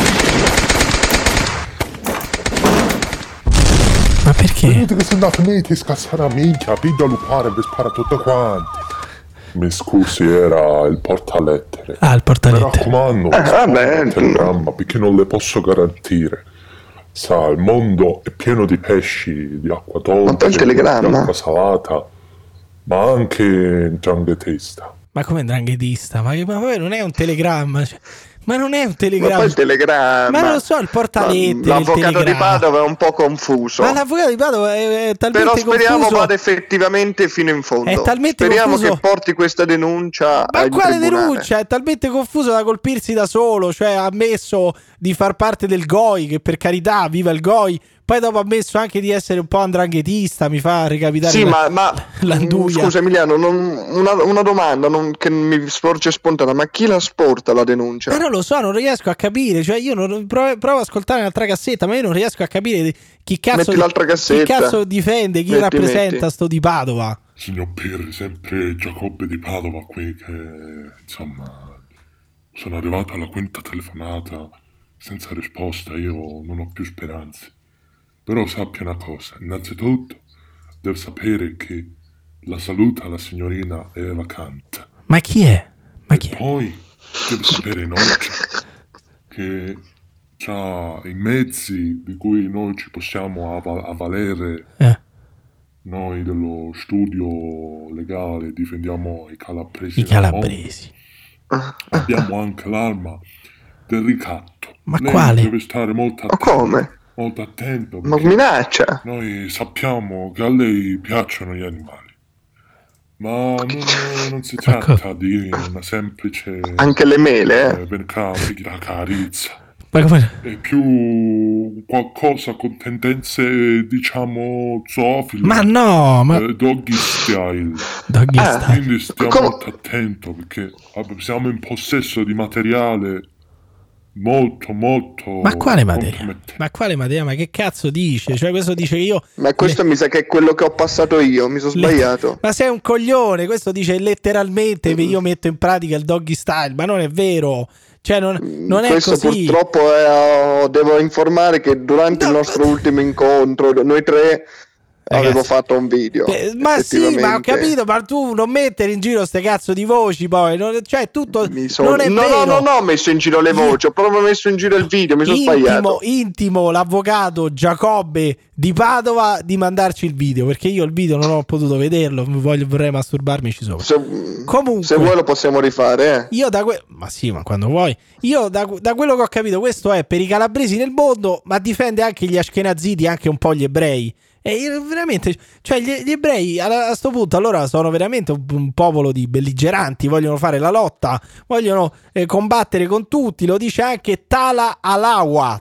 Speaker 1: Ma perché?
Speaker 4: Vedete che sono andato a scassare a minchia, piglia lupare e vi spara tutte quante. Mi scusi, era il portalettere.
Speaker 1: Il portalettere.
Speaker 4: Mi raccomando, il telegramma, perché non le posso garantire. Sa, il mondo è pieno di pesci, di acqua dolce, di acqua salata, ma anche ndrangheta.
Speaker 1: Ma come ndrangheta? Ma poi non è un telegramma, cioè. Ma non è un telegramma.
Speaker 3: Ma poi il telegramma.
Speaker 1: Ma non lo so, il portalettere.
Speaker 3: L'avvocato di Padova è un po' confuso.
Speaker 1: Ma l'avvocato di Padova è talmente
Speaker 3: confuso. Però speriamo
Speaker 1: confuso,
Speaker 3: vada effettivamente fino in fondo.
Speaker 1: È talmente
Speaker 3: speriamo
Speaker 1: confuso,
Speaker 3: che porti questa denuncia.
Speaker 1: Ma quale denuncia? È talmente confuso da colpirsi da solo. Cioè ha ammesso di far parte del GOI, che per carità, viva il GOI. Poi dopo ha ammesso anche di essere un po' andranghetista, mi fa recapitare.
Speaker 3: Sì, ma scusa Emiliano, una domanda che mi sporge spontanea, ma chi la sporta la denuncia?
Speaker 1: Ma non lo so, non riesco a capire, cioè io provo a ascoltare un'altra cassetta, ma io non riesco a capire chi cazzo difende, chi rappresenta sto di Padova.
Speaker 4: Signor Pirri, sempre Giacobbe di Padova qui, che insomma sono arrivato alla quinta telefonata senza risposta, io non ho più speranze. Però sappia una cosa, innanzitutto deve sapere che la saluta la signorina Eva Kant.
Speaker 1: Ma chi è?
Speaker 4: Poi deve sapere inoltre che c'ha i mezzi di cui noi ci possiamo avvalere, noi dello studio legale difendiamo i calabresi. Abbiamo anche l'arma del ricatto.
Speaker 1: Ma
Speaker 4: lei
Speaker 1: quale?
Speaker 4: Deve stare molto attento.
Speaker 3: Ma come?
Speaker 4: Molto attento.
Speaker 3: Ma minaccia?
Speaker 4: Noi sappiamo che a lei piacciono gli animali, ma non si tratta di una semplice...
Speaker 3: Anche le mele,
Speaker 4: per caso, la carizza.
Speaker 1: Ma come?
Speaker 4: È più qualcosa con tendenze, diciamo, zoofile.
Speaker 1: Ma no, ma...
Speaker 4: Doggy style. Quindi stiamo molto attento, perché siamo in possesso di materiale molto
Speaker 1: ma quale materia? Ma che cazzo dice? Cioè questo dice che io...
Speaker 3: Ma questo mi sa che è quello che ho passato io, mi sono sbagliato.
Speaker 1: Ma sei un coglione, questo dice letteralmente che io metto in pratica il doggy style, ma non è vero. Cioè non è
Speaker 3: questo
Speaker 1: così.
Speaker 3: Purtroppo devo informare che durante il nostro ultimo incontro noi tre avevo fatto un video.
Speaker 1: Ma sì, ma ho capito, ma tu non mettere in giro ste cazzo di voci poi, cioè tutto non è vero.
Speaker 3: No, non ho messo in giro le voci, ho proprio messo in giro il video, mi sono sbagliato.
Speaker 1: Intimo l'avvocato Giacobbe di Padova di mandarci il video, perché io il video non ho potuto vederlo, vorrei masturbarmici sopra. Comunque,
Speaker 3: se vuoi lo possiamo rifare,
Speaker 1: Io ma sì, ma quando vuoi. Io da quello che ho capito, questo è per i calabresi nel mondo, ma difende anche gli ashkenaziti, anche un po' gli ebrei. E veramente, cioè gli ebrei a sto punto allora sono veramente un popolo di belligeranti, vogliono fare la lotta, vogliono combattere con tutti. Lo dice anche Tala Alawa,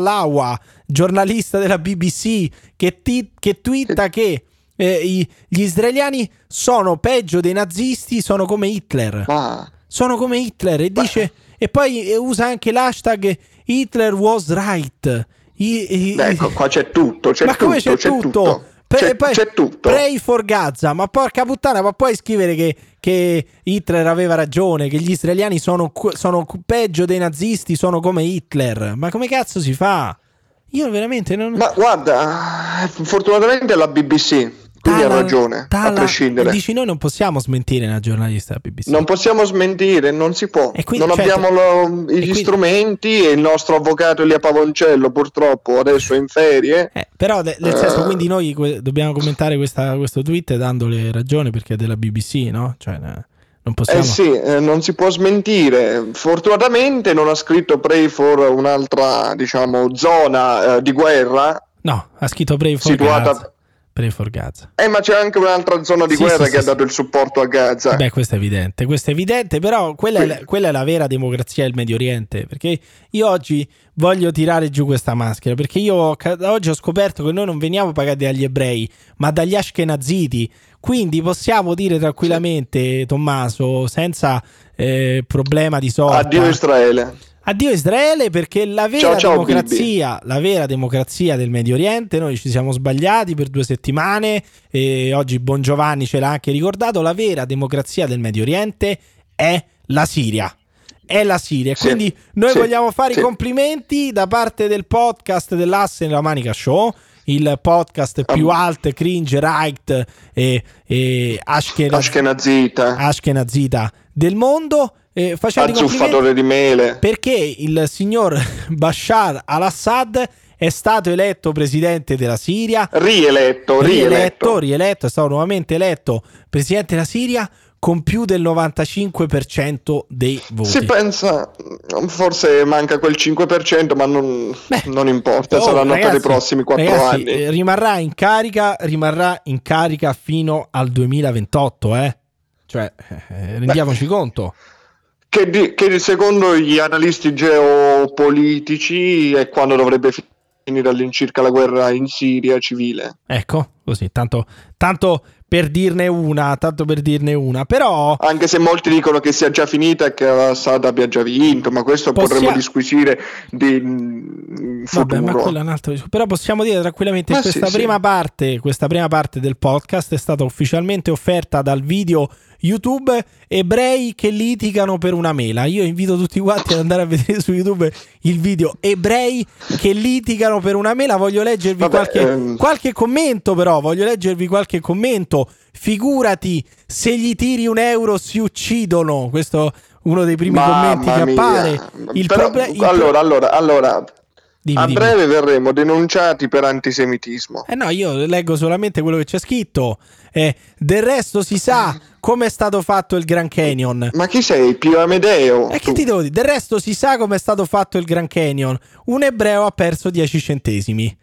Speaker 1: giornalista della BBC, che twitta che gli israeliani sono peggio dei nazisti, sono come Hitler. Sono come Hitler, e dice, e poi usa anche l'hashtag Hitler was right.
Speaker 3: Ecco, qua c'è tutto.
Speaker 1: Ma come c'è tutto? C'è tutto. Pray for Gaza, ma porca puttana, ma puoi scrivere che Hitler aveva ragione, che gli israeliani sono peggio dei nazisti, sono come Hitler? Ma come cazzo si fa? Io veramente non...
Speaker 3: Ma guarda, fortunatamente è la BBC, quindi ha ragione, a prescindere.
Speaker 1: Dici, noi non possiamo smentire una giornalista della BBC.
Speaker 3: Non possiamo smentire, non si può.
Speaker 1: Quindi,
Speaker 3: non abbiamo gli strumenti, e il nostro avvocato Elia Pavoncello purtroppo adesso è in ferie.
Speaker 1: Però nel senso, quindi noi dobbiamo commentare questo tweet dandole ragione perché è della BBC, no? Cioè non possiamo...
Speaker 3: non si può smentire. Fortunatamente non ha scritto Pray for un'altra, diciamo, zona di guerra.
Speaker 1: No, ha scritto Pray for Gaza. Pray for Gaza.
Speaker 3: Ma c'è anche un'altra zona di guerra che ha dato il supporto a Gaza.
Speaker 1: Beh, questo è evidente, però quella è la vera democrazia del Medio Oriente, perché io oggi voglio tirare giù questa maschera, perché io oggi ho scoperto che noi non veniamo pagati dagli ebrei, ma dagli ashkenaziti, quindi possiamo dire tranquillamente, Tommaso, senza problema di sorta, Addio Israele, perché la vera democrazia del Medio Oriente, noi ci siamo sbagliati per 2 settimane e oggi Bongiovanni ce l'ha anche ricordato, la vera democrazia del Medio Oriente è la Siria. Quindi noi vogliamo fare i complimenti da parte del podcast dell'Asse nella Manica Show, il podcast più alt, cringe, right e ashkenazita del mondo.
Speaker 3: Azzuffatore di mele.
Speaker 1: Perché il signor Bashar al-Assad è stato eletto presidente della Siria, rieletto, è stato nuovamente eletto presidente della Siria con più del 95% dei voti.
Speaker 3: Si pensa, forse manca quel 5%, ma non importa, saranno per i prossimi 4 anni.
Speaker 1: Rimarrà in carica fino al 2028, cioè rendiamoci conto.
Speaker 3: Che secondo gli analisti geopolitici è quando dovrebbe finire all'incirca la guerra in Siria civile.
Speaker 1: Ecco, così, tanto per dirne una, però...
Speaker 3: Anche se molti dicono che sia già finita e che Assad abbia già vinto, ma questo potremmo disquisire in futuro.
Speaker 1: Vabbè, ma quello è un altro discorso. Però possiamo dire tranquillamente che questa prima parte del podcast è stata ufficialmente offerta dal video YouTube ebrei che litigano per una mela. Io invito tutti quanti ad andare a vedere su YouTube il video ebrei che litigano per una mela. Voglio leggervi qualche commento, però voglio leggervi qualche commento. Figurati se gli tiri €1 si uccidono. Questo è uno dei primi commenti che appare.
Speaker 3: Allora Dimmi. Breve verremo denunciati per antisemitismo.
Speaker 1: No, io leggo solamente quello che c'è scritto. Del resto si sa come è stato fatto il Grand Canyon.
Speaker 3: Ma chi sei? Pio Amedeo?
Speaker 1: Che ti devo dire? Del resto si sa come è stato fatto il Grand Canyon. Un ebreo ha perso 10 centesimi.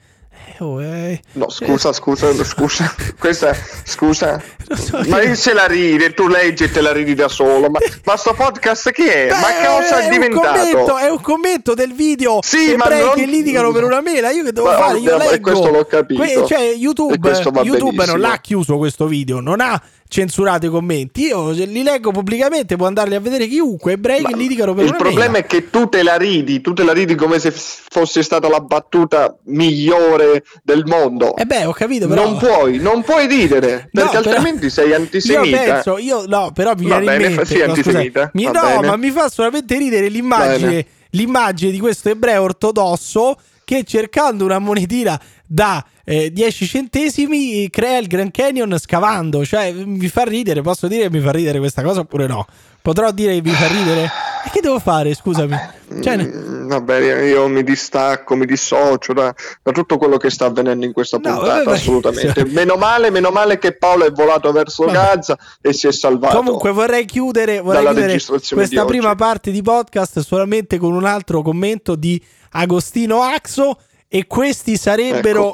Speaker 3: No, scusa. Questa, scusa. Ma se la ride, tu leggi e te la ridi da solo. Ma sto podcast chi è? Ma cosa è diventato?
Speaker 1: È un commento del video.
Speaker 3: Sì,
Speaker 1: ebrei che litigano per una mela. Io che devo fare? Io leggo.
Speaker 3: Questo l'ho capito.
Speaker 1: YouTube non l'ha chiuso questo video, non ha censurato i commenti. Io li leggo pubblicamente, può andarli a vedere chiunque. Ebrei che litigano per una mela.
Speaker 3: Il problema è che tu te la ridi come se fosse stata la battuta migliore del mondo.
Speaker 1: Ho capito, però
Speaker 3: non puoi ridere, perché altrimenti sei antisemita.
Speaker 1: Però mi viene in mente,
Speaker 3: sei antisemita.
Speaker 1: Ma mi fa solamente ridere l'immagine di questo ebreo ortodosso che, cercando una monetina da 10 centesimi, crea il Grand Canyon scavando. Cioè, mi fa ridere. Posso dire che mi fa ridere questa cosa oppure no? Potrò dire che mi fa ridere? E che devo fare, scusami?
Speaker 3: Vabbè, io mi distacco, mi dissocio da tutto quello che sta avvenendo in questa puntata, assolutamente. Meno male che Paolo è volato verso Gaza e si è salvato.
Speaker 1: Comunque vorrei chiudere questa prima parte di podcast solamente con un altro commento di Agostino Axo. E questi sarebbero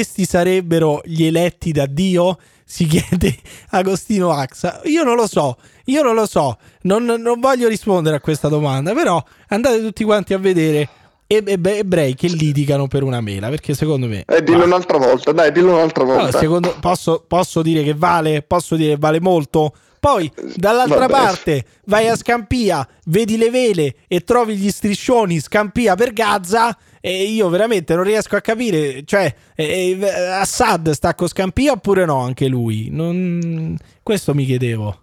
Speaker 1: gli eletti da Dio? Si chiede Agostino Axa. Io non lo so. Non voglio rispondere a questa domanda, però andate tutti quanti a vedere ebrei che litigano per una mela, perché secondo me
Speaker 3: dillo un'altra volta.
Speaker 1: No, posso dire che vale molto. Poi dall'altra parte vai a Scampia, vedi le vele e trovi gli striscioni Scampia per Gaza. E io veramente non riesco a capire, cioè Assad sta con Scampia oppure no anche lui? Questo mi chiedevo.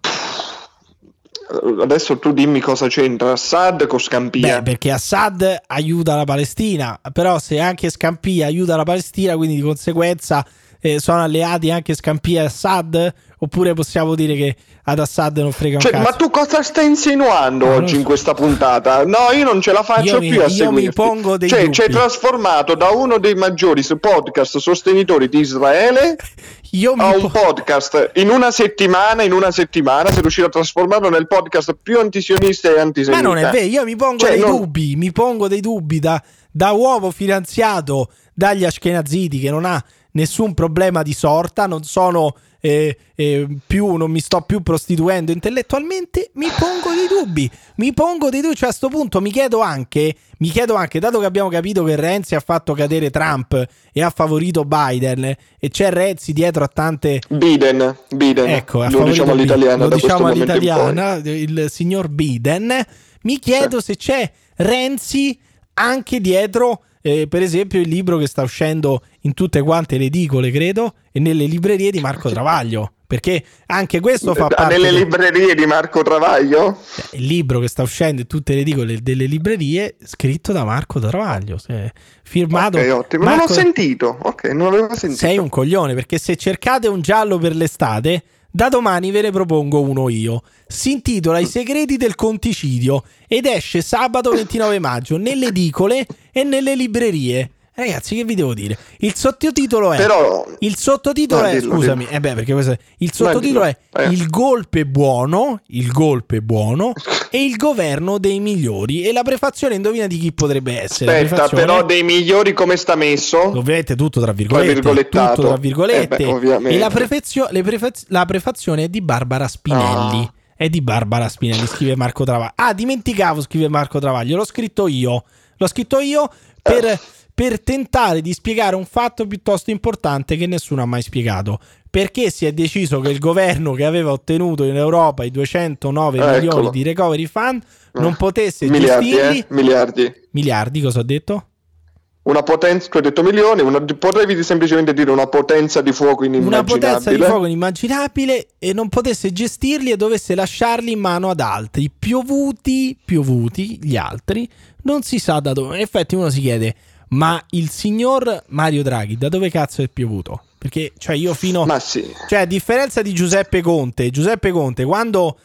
Speaker 3: Adesso tu dimmi cosa c'entra Assad con Scampia.
Speaker 1: Perché Assad aiuta la Palestina, però se anche Scampia aiuta la Palestina, quindi di conseguenza sono alleati anche Scampia e Assad? Oppure possiamo dire che ad Assad non frega un cazzo?
Speaker 3: Ma tu cosa stai insinuando oggi in questa puntata? No, io non ce la faccio più a seguirti.
Speaker 1: Io mi pongo dei dubbi.
Speaker 3: Ci hai trasformato da uno dei maggiori podcast sostenitori di Israele a un podcast in una settimana sei riuscito a trasformarlo nel podcast più antisionista e antisemita.
Speaker 1: Ma non è vero, io mi pongo dei dubbi da uomo finanziato dagli ashkenaziti, che non ha nessun problema di sorta, non sono non mi sto più prostituendo intellettualmente. Mi pongo dei dubbi, cioè a sto punto mi chiedo anche, dato che abbiamo capito che Renzi ha fatto cadere Trump e ha favorito Biden, e c'è Renzi dietro a tante
Speaker 3: Biden,
Speaker 1: ecco,
Speaker 3: lo diciamo all'italiana,
Speaker 1: il signor Biden. Mi chiedo se c'è Renzi anche dietro per esempio il libro che sta uscendo in tutte quante le edicole, credo, e nelle librerie di Marco Travaglio, perché anche questo fa parte
Speaker 3: nelle librerie di Marco Travaglio,
Speaker 1: il libro che sta uscendo in tutte le edicole delle librerie, scritto da Marco Travaglio, firmato.
Speaker 3: Ok, ottimo.
Speaker 1: Marco...
Speaker 3: non l'ho sentito. Ok, non l'avevo sentito.
Speaker 1: Sei un coglione, perché se cercate un giallo per l'estate, da domani ve ne propongo uno io. Si intitola I segreti del conticidio ed esce sabato 29 maggio nelle edicole e nelle librerie. Ragazzi, che vi devo dire? Il sottotitolo è il sottotitolo è Il golpe buono e il governo dei migliori, e la prefazione, indovina di chi potrebbe essere?
Speaker 3: Aspetta, però dei migliori come sta messo?
Speaker 1: Ovviamente tutto tra virgolette, e la prefazione è di Barbara Spinelli. È di Barbara Spinelli, scrive Marco Travaglio. Dimenticavo, scrive Marco Travaglio, l'ho scritto io per tentare di spiegare un fatto piuttosto importante che nessuno ha mai spiegato. Perché si è deciso che il governo, che aveva ottenuto in Europa i 209 milioni di recovery fund, non potesse gestirli. Miliardi, cosa ho detto?
Speaker 3: Una potenza, tu hai detto milioni, potevi semplicemente dire una potenza di fuoco inimmaginabile.
Speaker 1: Una potenza di fuoco inimmaginabile, e non potesse gestirli e dovesse lasciarli in mano ad altri. Piovuti gli altri, non si sa da dove. In effetti uno si chiede, ma il signor Mario Draghi da dove cazzo è piovuto? Perché a differenza di Giuseppe Conte quando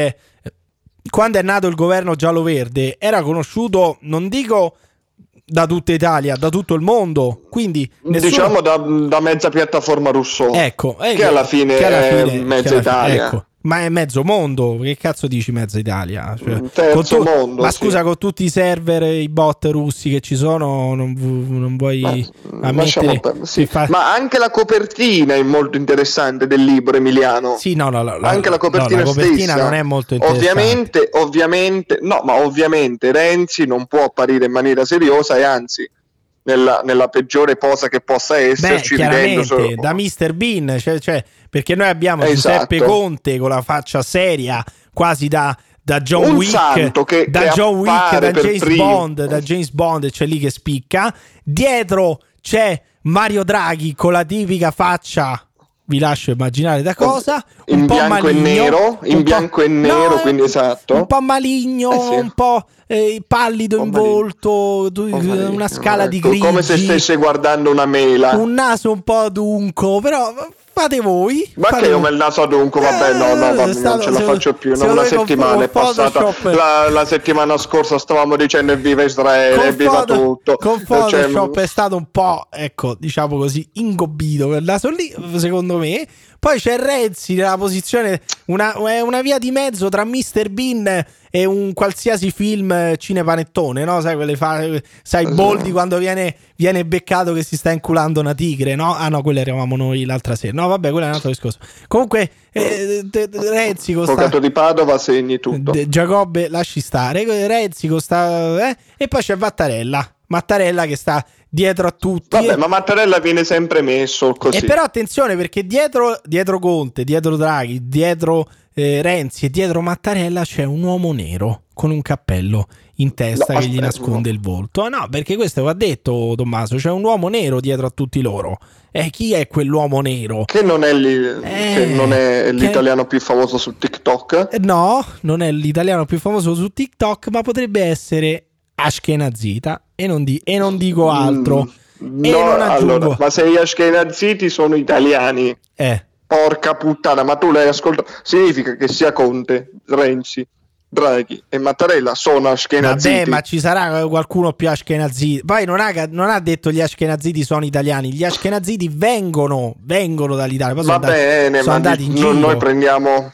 Speaker 1: è nato il governo giallo-verde era conosciuto, non dico da tutta Italia, da tutto il mondo, quindi
Speaker 3: diciamo da mezza piattaforma Rousseau, che alla fine è mezza Italia.
Speaker 1: Ma è mezzo mondo, che cazzo dici mezza Italia?
Speaker 3: Terzo mondo.
Speaker 1: Ma scusa, con tutti i server, i bot russi che ci sono, non vuoi ammettere?
Speaker 3: Ma anche la copertina è molto interessante del libro, Emiliano.
Speaker 1: Sì,
Speaker 3: anche la copertina stessa
Speaker 1: non è molto interessante.
Speaker 3: Ovviamente Renzi non può apparire in maniera seriosa, e anzi nella peggiore posa che possa esserci,
Speaker 1: chiaramente da Mr. Bean, cioè perché noi abbiamo Giuseppe Conte con la faccia seria, quasi da John Wick, da James Bond, c'è lì che spicca. Dietro c'è Mario Draghi con la tipica faccia, vi lascio immaginare da cosa,
Speaker 3: in bianco e nero, quindi esatto,
Speaker 1: un po' maligno, un po' pallido in volto, una scala di grigi,
Speaker 3: come se stesse guardando una mela,
Speaker 1: un naso un po' adunco, però fate voi.
Speaker 3: Ma che io il naso adunco, vabbè, non ce la faccio più. Una settimana è passata. La settimana scorsa stavamo dicendo evviva Israele, evviva tutto.
Speaker 1: Con Photoshop è stato un po', diciamo così, ingobbito quel naso lì, secondo me. Poi c'è Renzi nella posizione, una via di mezzo tra Mr. Bean e un qualsiasi film cinepanettone, no? Sai Boldi quando viene beccato che si sta inculando una tigre, no? Ah no, quella eravamo noi l'altra sera. No, vabbè, quello è un altro discorso. Comunque Renzi con
Speaker 3: Avvocato di Padova, segni tutto.
Speaker 1: Giacobbe, lasci stare. Renzi con e poi c'è Mattarella che sta dietro a tutti.
Speaker 3: Vabbè, ma Mattarella viene sempre messo così.
Speaker 1: E però attenzione, perché dietro Conte, dietro Draghi, dietro Renzi e dietro Mattarella c'è un uomo nero con un cappello in testa che gli nasconde il volto. No, perché questo va detto, Tommaso, c'è un uomo nero dietro a tutti loro. Chi è quell'uomo nero?
Speaker 3: Che non è l'italiano più famoso su TikTok?
Speaker 1: No, non è l'italiano più famoso su TikTok, ma potrebbe essere Ashkenazita, e non dico altro. Non aggiungo.
Speaker 3: Allora, ma se gli Ashkenaziti sono italiani, porca puttana, ma tu l'hai ascoltato? Significa che sia Conte, Renzi, Draghi e Mattarella sono Ashkenaziti.
Speaker 1: Vabbè, ma ci sarà qualcuno più Ashkenaziti. Poi non ha detto gli Ashkenaziti sono italiani. Gli Ashkenaziti vengono dall'Italia. Poi sono andati in giro.
Speaker 3: Noi prendiamo.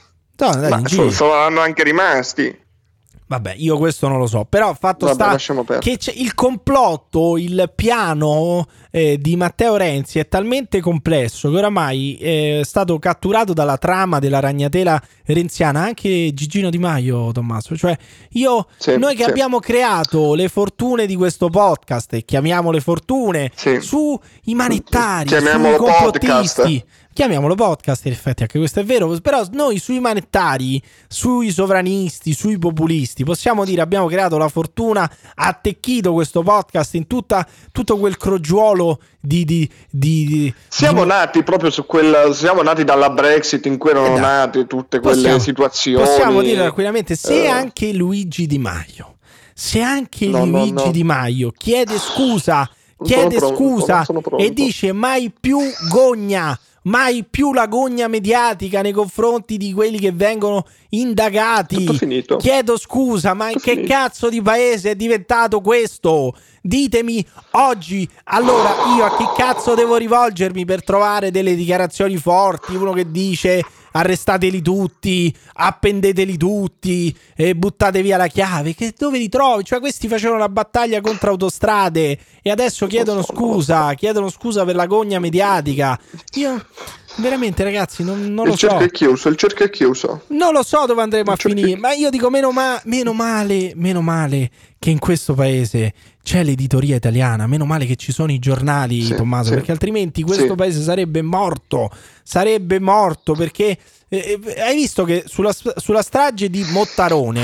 Speaker 1: Sono
Speaker 3: anche rimasti.
Speaker 1: Vabbè, io questo non lo so, però fatto sta che c'è il complotto, il piano di Matteo Renzi è talmente complesso che oramai è stato catturato dalla trama della ragnatela renziana anche Gigino Di Maio, Tommaso. Cioè noi che abbiamo creato le fortune di questo podcast, e chiamiamole fortune, sui manettari, sui complottisti, chiamiamolo podcast, in effetti anche questo è vero, però noi sui manettari, sui sovranisti, sui populisti possiamo dire abbiamo creato la fortuna, ha attecchito questo podcast in tutto quel crogiuolo di
Speaker 3: siamo nati proprio su quella, siamo nati dalla Brexit in cui erano nate tutte quelle situazioni.
Speaker 1: Possiamo dire tranquillamente, se anche Luigi Di Maio Di Maio chiede scusa e dice mai più gogna, mai più la gogna mediatica nei confronti di quelli che vengono indagati, chiedo scusa, ma che cazzo di paese è diventato questo? Ditemi oggi, allora io a chi cazzo devo rivolgermi per trovare delle dichiarazioni forti? Uno che dice arrestateli tutti, appendeteli tutti e buttate via la chiave, che dove li trovi? Cioè questi facevano la battaglia contro Autostrade e adesso chiedono scusa per la gogna mediatica. Io veramente, ragazzi, non lo so.
Speaker 3: Il cerchio è chiuso.
Speaker 1: Non lo so dove andremo a finire, ma io dico meno male che in questo paese c'è l'editoria italiana, meno male che ci sono i giornali, Tommaso, perché altrimenti questo paese sarebbe morto, perché hai visto che sulla strage di Mottarone,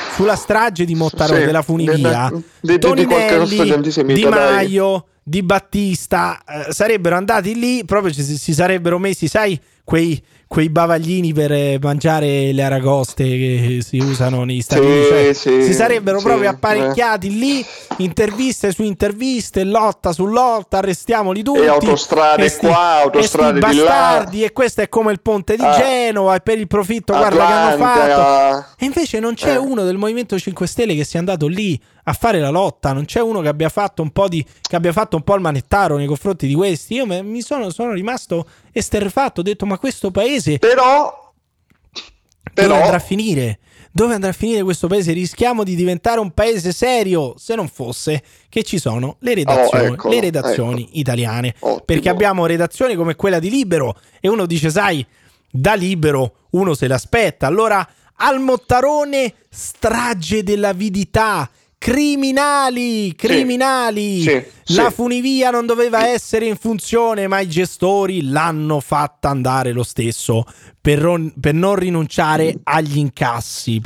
Speaker 1: della funivia, Toninelli, Di Maio, Di Battista sarebbero andati lì, proprio si sarebbero messi, sai, quei bavaglini per mangiare le aragoste che si usano negli Stati Uniti, si sarebbero proprio apparecchiati lì, interviste su interviste, lotta su lotta, arrestiamoli tutti,
Speaker 3: e autostrade qua, autostrade di
Speaker 1: bastardi, là, e questo è come il ponte di Genova, e per il profitto guarda che hanno fatto, e invece non c'è uno del Movimento 5 Stelle che sia andato lì a fare la lotta, non c'è uno che abbia fatto un po' il manettaro nei confronti di questi. Io sono rimasto esterrefatto, ho detto ma questo paese
Speaker 3: però
Speaker 1: dove andrà a finire? Dove andrà a finire questo paese? Rischiamo di diventare un paese serio, se non fosse che ci sono le redazioni italiane. Ottimo. Perché abbiamo redazioni come quella di Libero e uno dice, sai, da Libero uno se l'aspetta. Allora al Mottarone, strage dell'avidità, criminali. La funivia non doveva essere in funzione, ma i gestori l'hanno fatta andare lo stesso per non rinunciare agli incassi.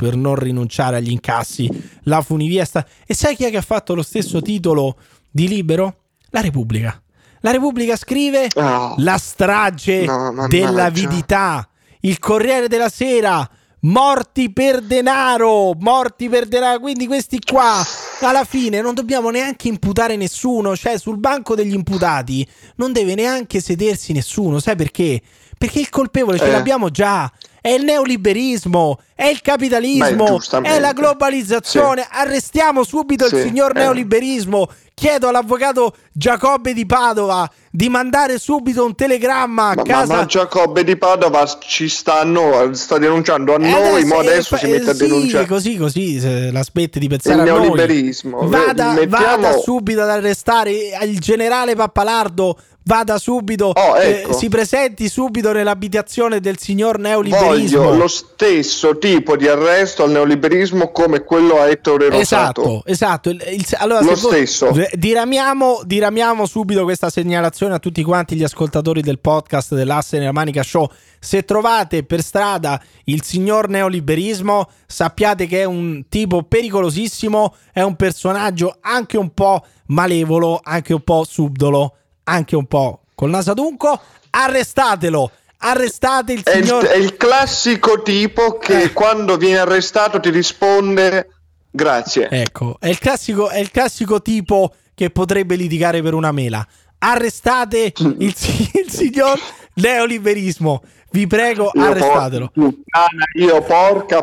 Speaker 1: La funivia e sai chi è che ha fatto lo stesso titolo di Libero? La Repubblica scrive la strage dell'avidità. Il Corriere della Sera, morti per denaro, quindi questi qua alla fine non dobbiamo neanche imputare nessuno, cioè sul banco degli imputati non deve neanche sedersi nessuno, sai perché? Perché il colpevole ce l'abbiamo già, è il neoliberismo, è il capitalismo, è la globalizzazione, arrestiamo subito il signor neoliberismo. Chiedo all'avvocato Giacobbe di Padova di mandare subito un telegramma a casa.
Speaker 3: Ma Giacobbe di Padova sta denunciando a noi, ma adesso si mette a denunciare.
Speaker 1: Così la smette di pensare
Speaker 3: il
Speaker 1: a
Speaker 3: neoliberismo.
Speaker 1: Noi. Vada subito ad arrestare il generale Pappalardo. Vada subito, si presenti subito nell'abitazione del signor neoliberismo.
Speaker 3: Voglio lo stesso tipo di arresto al neoliberismo come quello a Ettore Rosato.
Speaker 1: Esatto. Allora,
Speaker 3: lo stesso.
Speaker 1: Diramiamo subito questa segnalazione a tutti quanti gli ascoltatori del podcast dell'Asse nella Manica Show. Se trovate per strada il signor neoliberismo, sappiate che è un tipo pericolosissimo, è un personaggio anche un po' malevolo, anche un po' subdolo, anche un po' col naso adunco. Arrestatelo, arrestate il signor...
Speaker 3: È il classico tipo che quando viene arrestato ti risponde grazie.
Speaker 1: Ecco, è il classico tipo che potrebbe litigare per una mela. Arrestate il signor neoliberismo, vi prego, arrestatelo.
Speaker 3: Porca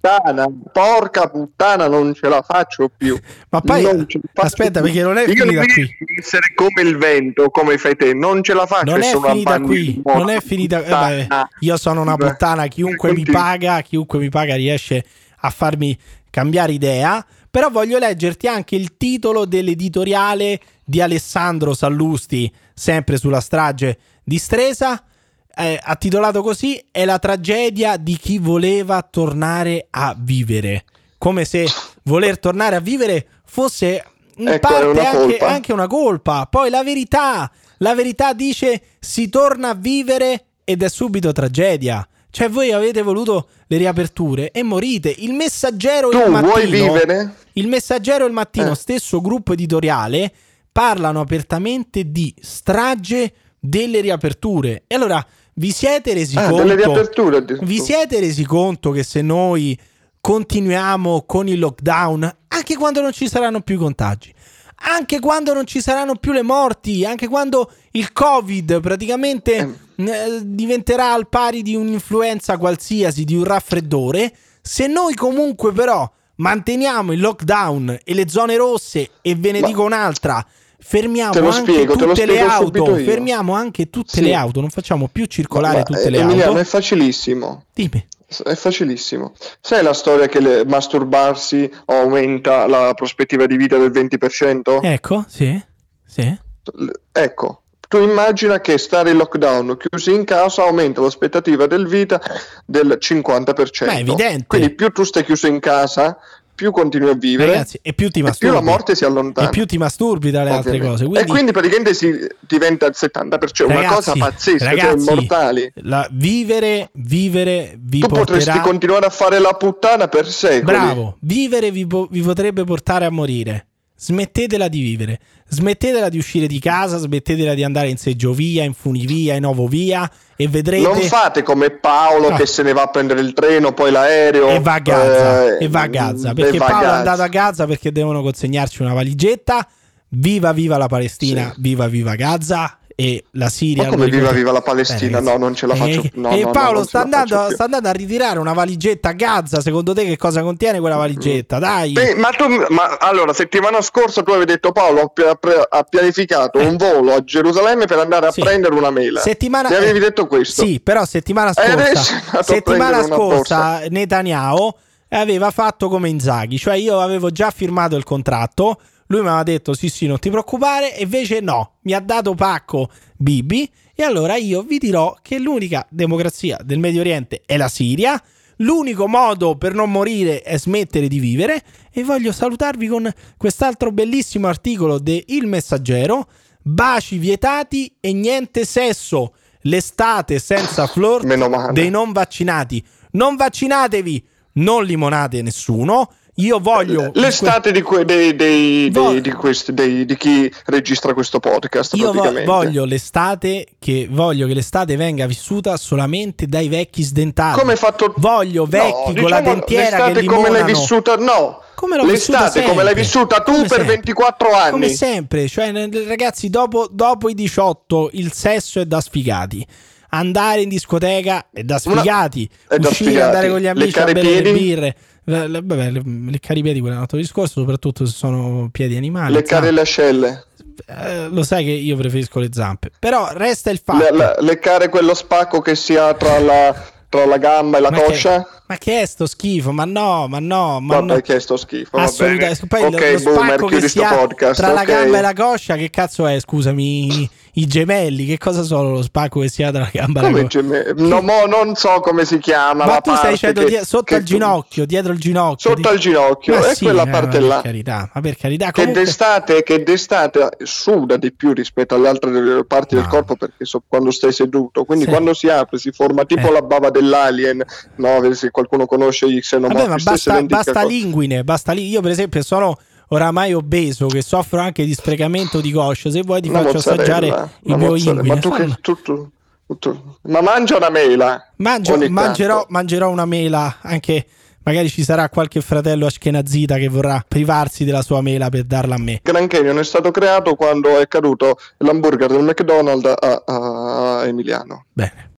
Speaker 3: puttana, non ce la faccio più.
Speaker 1: Ma poi aspetta, perché non è finita qui.
Speaker 3: Essere come il vento, come fai te, non ce la faccio.
Speaker 1: Non è finita qui, non è finita. Io sono una puttana, chiunque mi paga riesce a farmi cambiare idea. Però voglio leggerti anche il titolo dell'editoriale di Alessandro Sallusti, sempre sulla strage di Stresa. Ha titolato così: è la tragedia di chi voleva tornare a vivere, come se voler tornare a vivere fosse in parte anche una colpa. Poi la verità dice si torna a vivere ed è subito tragedia. Cioè voi avete voluto le riaperture e morite. Il Messaggero
Speaker 3: tu
Speaker 1: il mattino,
Speaker 3: vuoi vivere?
Speaker 1: Il Messaggero il mattino, stesso gruppo editoriale, parlano apertamente di strage delle riaperture. E allora vi siete resi conto? Vi siete resi conto che se noi continuiamo con il lockdown, anche quando non ci saranno più i contagi, anche quando non ci saranno più le morti, anche quando il Covid praticamente diventerà al pari di un'influenza qualsiasi, di un raffreddore, se noi comunque però manteniamo il lockdown e le zone rosse, e ve ne dico un'altra, fermiamo anche tutte le auto, fermiamo anche tutte le auto, non facciamo più circolare tutte le
Speaker 3: Emiliano,
Speaker 1: auto.
Speaker 3: è facilissimo.
Speaker 1: Dimmi.
Speaker 3: È facilissimo. Sai la storia che masturbarsi aumenta la prospettiva di vita del 20%?
Speaker 1: Ecco, sì.
Speaker 3: Ecco, tu immagina che stare in lockdown, chiusi in casa, aumenta l'aspettativa del vita del 50%.
Speaker 1: Ma è evidente.
Speaker 3: Quindi più tu stai chiuso in casa, più continui a vivere,
Speaker 1: ragazzi, e più ti masturbi,
Speaker 3: più la morte si allontana,
Speaker 1: e più ti masturbi dalle altre cose,
Speaker 3: e quindi praticamente si diventa il 70%,
Speaker 1: ragazzi,
Speaker 3: una cosa pazzesca, ragazzi, cioè immortali.
Speaker 1: Vivere vi
Speaker 3: tu
Speaker 1: porterà...
Speaker 3: potresti continuare a fare la puttana per secoli.
Speaker 1: Bravo, vivere vi potrebbe portare a morire. Smettetela di vivere, smettetela di uscire di casa, smettetela di andare in seggiovia, in funivia, in ovovia, e vedrete...
Speaker 3: Non fate come Paolo che se ne va a prendere il treno, poi l'aereo
Speaker 1: e va a Gaza, perché Paolo è andato a Gaza perché devono consegnarci una valigetta. Viva la Palestina, viva Gaza. E la Siria.
Speaker 3: Ma come viva la Palestina? No, non ce la faccio più.
Speaker 1: E Paolo sta andando a ritirare una valigetta a Gaza. Secondo te che cosa contiene quella valigetta? Dai.
Speaker 3: Ma allora, settimana scorsa tu avevi detto Paolo ha pianificato un volo a Gerusalemme per andare a prendere una mela. Mi avevi detto questo?
Speaker 1: Sì, però settimana scorsa Netanyahu aveva fatto come Inzaghi, cioè io avevo già firmato il contratto. Lui mi aveva detto sì, non ti preoccupare, e invece no, mi ha dato pacco Bibi, e allora io vi dirò che l'unica democrazia del Medio Oriente è la Siria, l'unico modo per non morire è smettere di vivere, e voglio salutarvi con quest'altro bellissimo articolo de Il Messaggero: baci vietati e niente sesso, l'estate senza flirt dei non vaccinati. Non vaccinatevi, non limonate nessuno. Io voglio
Speaker 3: l'estate di chi registra questo podcast.
Speaker 1: Io voglio che l'estate venga vissuta solamente dai vecchi sdentati.
Speaker 3: Come fatto?
Speaker 1: Voglio vecchi con la dentiera
Speaker 3: l'estate
Speaker 1: che limonano.
Speaker 3: Come l'hai vissuta? No. L'estate come l'hai vissuta tu per 24 anni.
Speaker 1: Come sempre, cioè ragazzi, dopo i 18 il sesso è da sfigati. Andare in discoteca è da sfigati. Uscire, andare con gli amici a bere le birre. Leccare i piedi, quello è un altro discorso, soprattutto se sono piedi animali.
Speaker 3: Leccare le ascelle.
Speaker 1: Lo sai che io preferisco le zampe. Però resta il fatto.
Speaker 3: Leccare quello spacco che si ha tra la gamba e la coscia.
Speaker 1: Ma che è sto schifo? Ma no.
Speaker 3: Vabbè, che è sto schifo?
Speaker 1: Assolutamente. Poi lo spacco che si ha tra la gamba e la coscia, che cazzo è? Scusami, i gemelli, che cosa sono lo spacco che si ha tra la gamba e la coscia?
Speaker 3: No, non so come si chiama.
Speaker 1: Ma tu stai dicendo sotto al ginocchio, dietro il ginocchio.
Speaker 3: Sotto al ginocchio, è quella parte là.
Speaker 1: Per carità.
Speaker 3: Comunque... Che d'estate suda di più rispetto alle altre parti del corpo, perché quando stai seduto. Quindi quando si apre si forma tipo la bava dell'alien. No, se qualcuno conosce gli xenomorfi.
Speaker 1: Ma basta linguine, io per esempio sono oramai obeso, che soffro anche di sfregamento di coscia. Se vuoi ti faccio assaggiare il mio inguine.
Speaker 3: Ma ma mangia una mela.
Speaker 1: Mangerò una mela, anche magari ci sarà qualche fratello ashkenazita che vorrà privarsi della sua mela per darla a me.
Speaker 3: Grand Canyon è stato creato quando è caduto l'hamburger del McDonald's a Emiliano.
Speaker 1: Bene.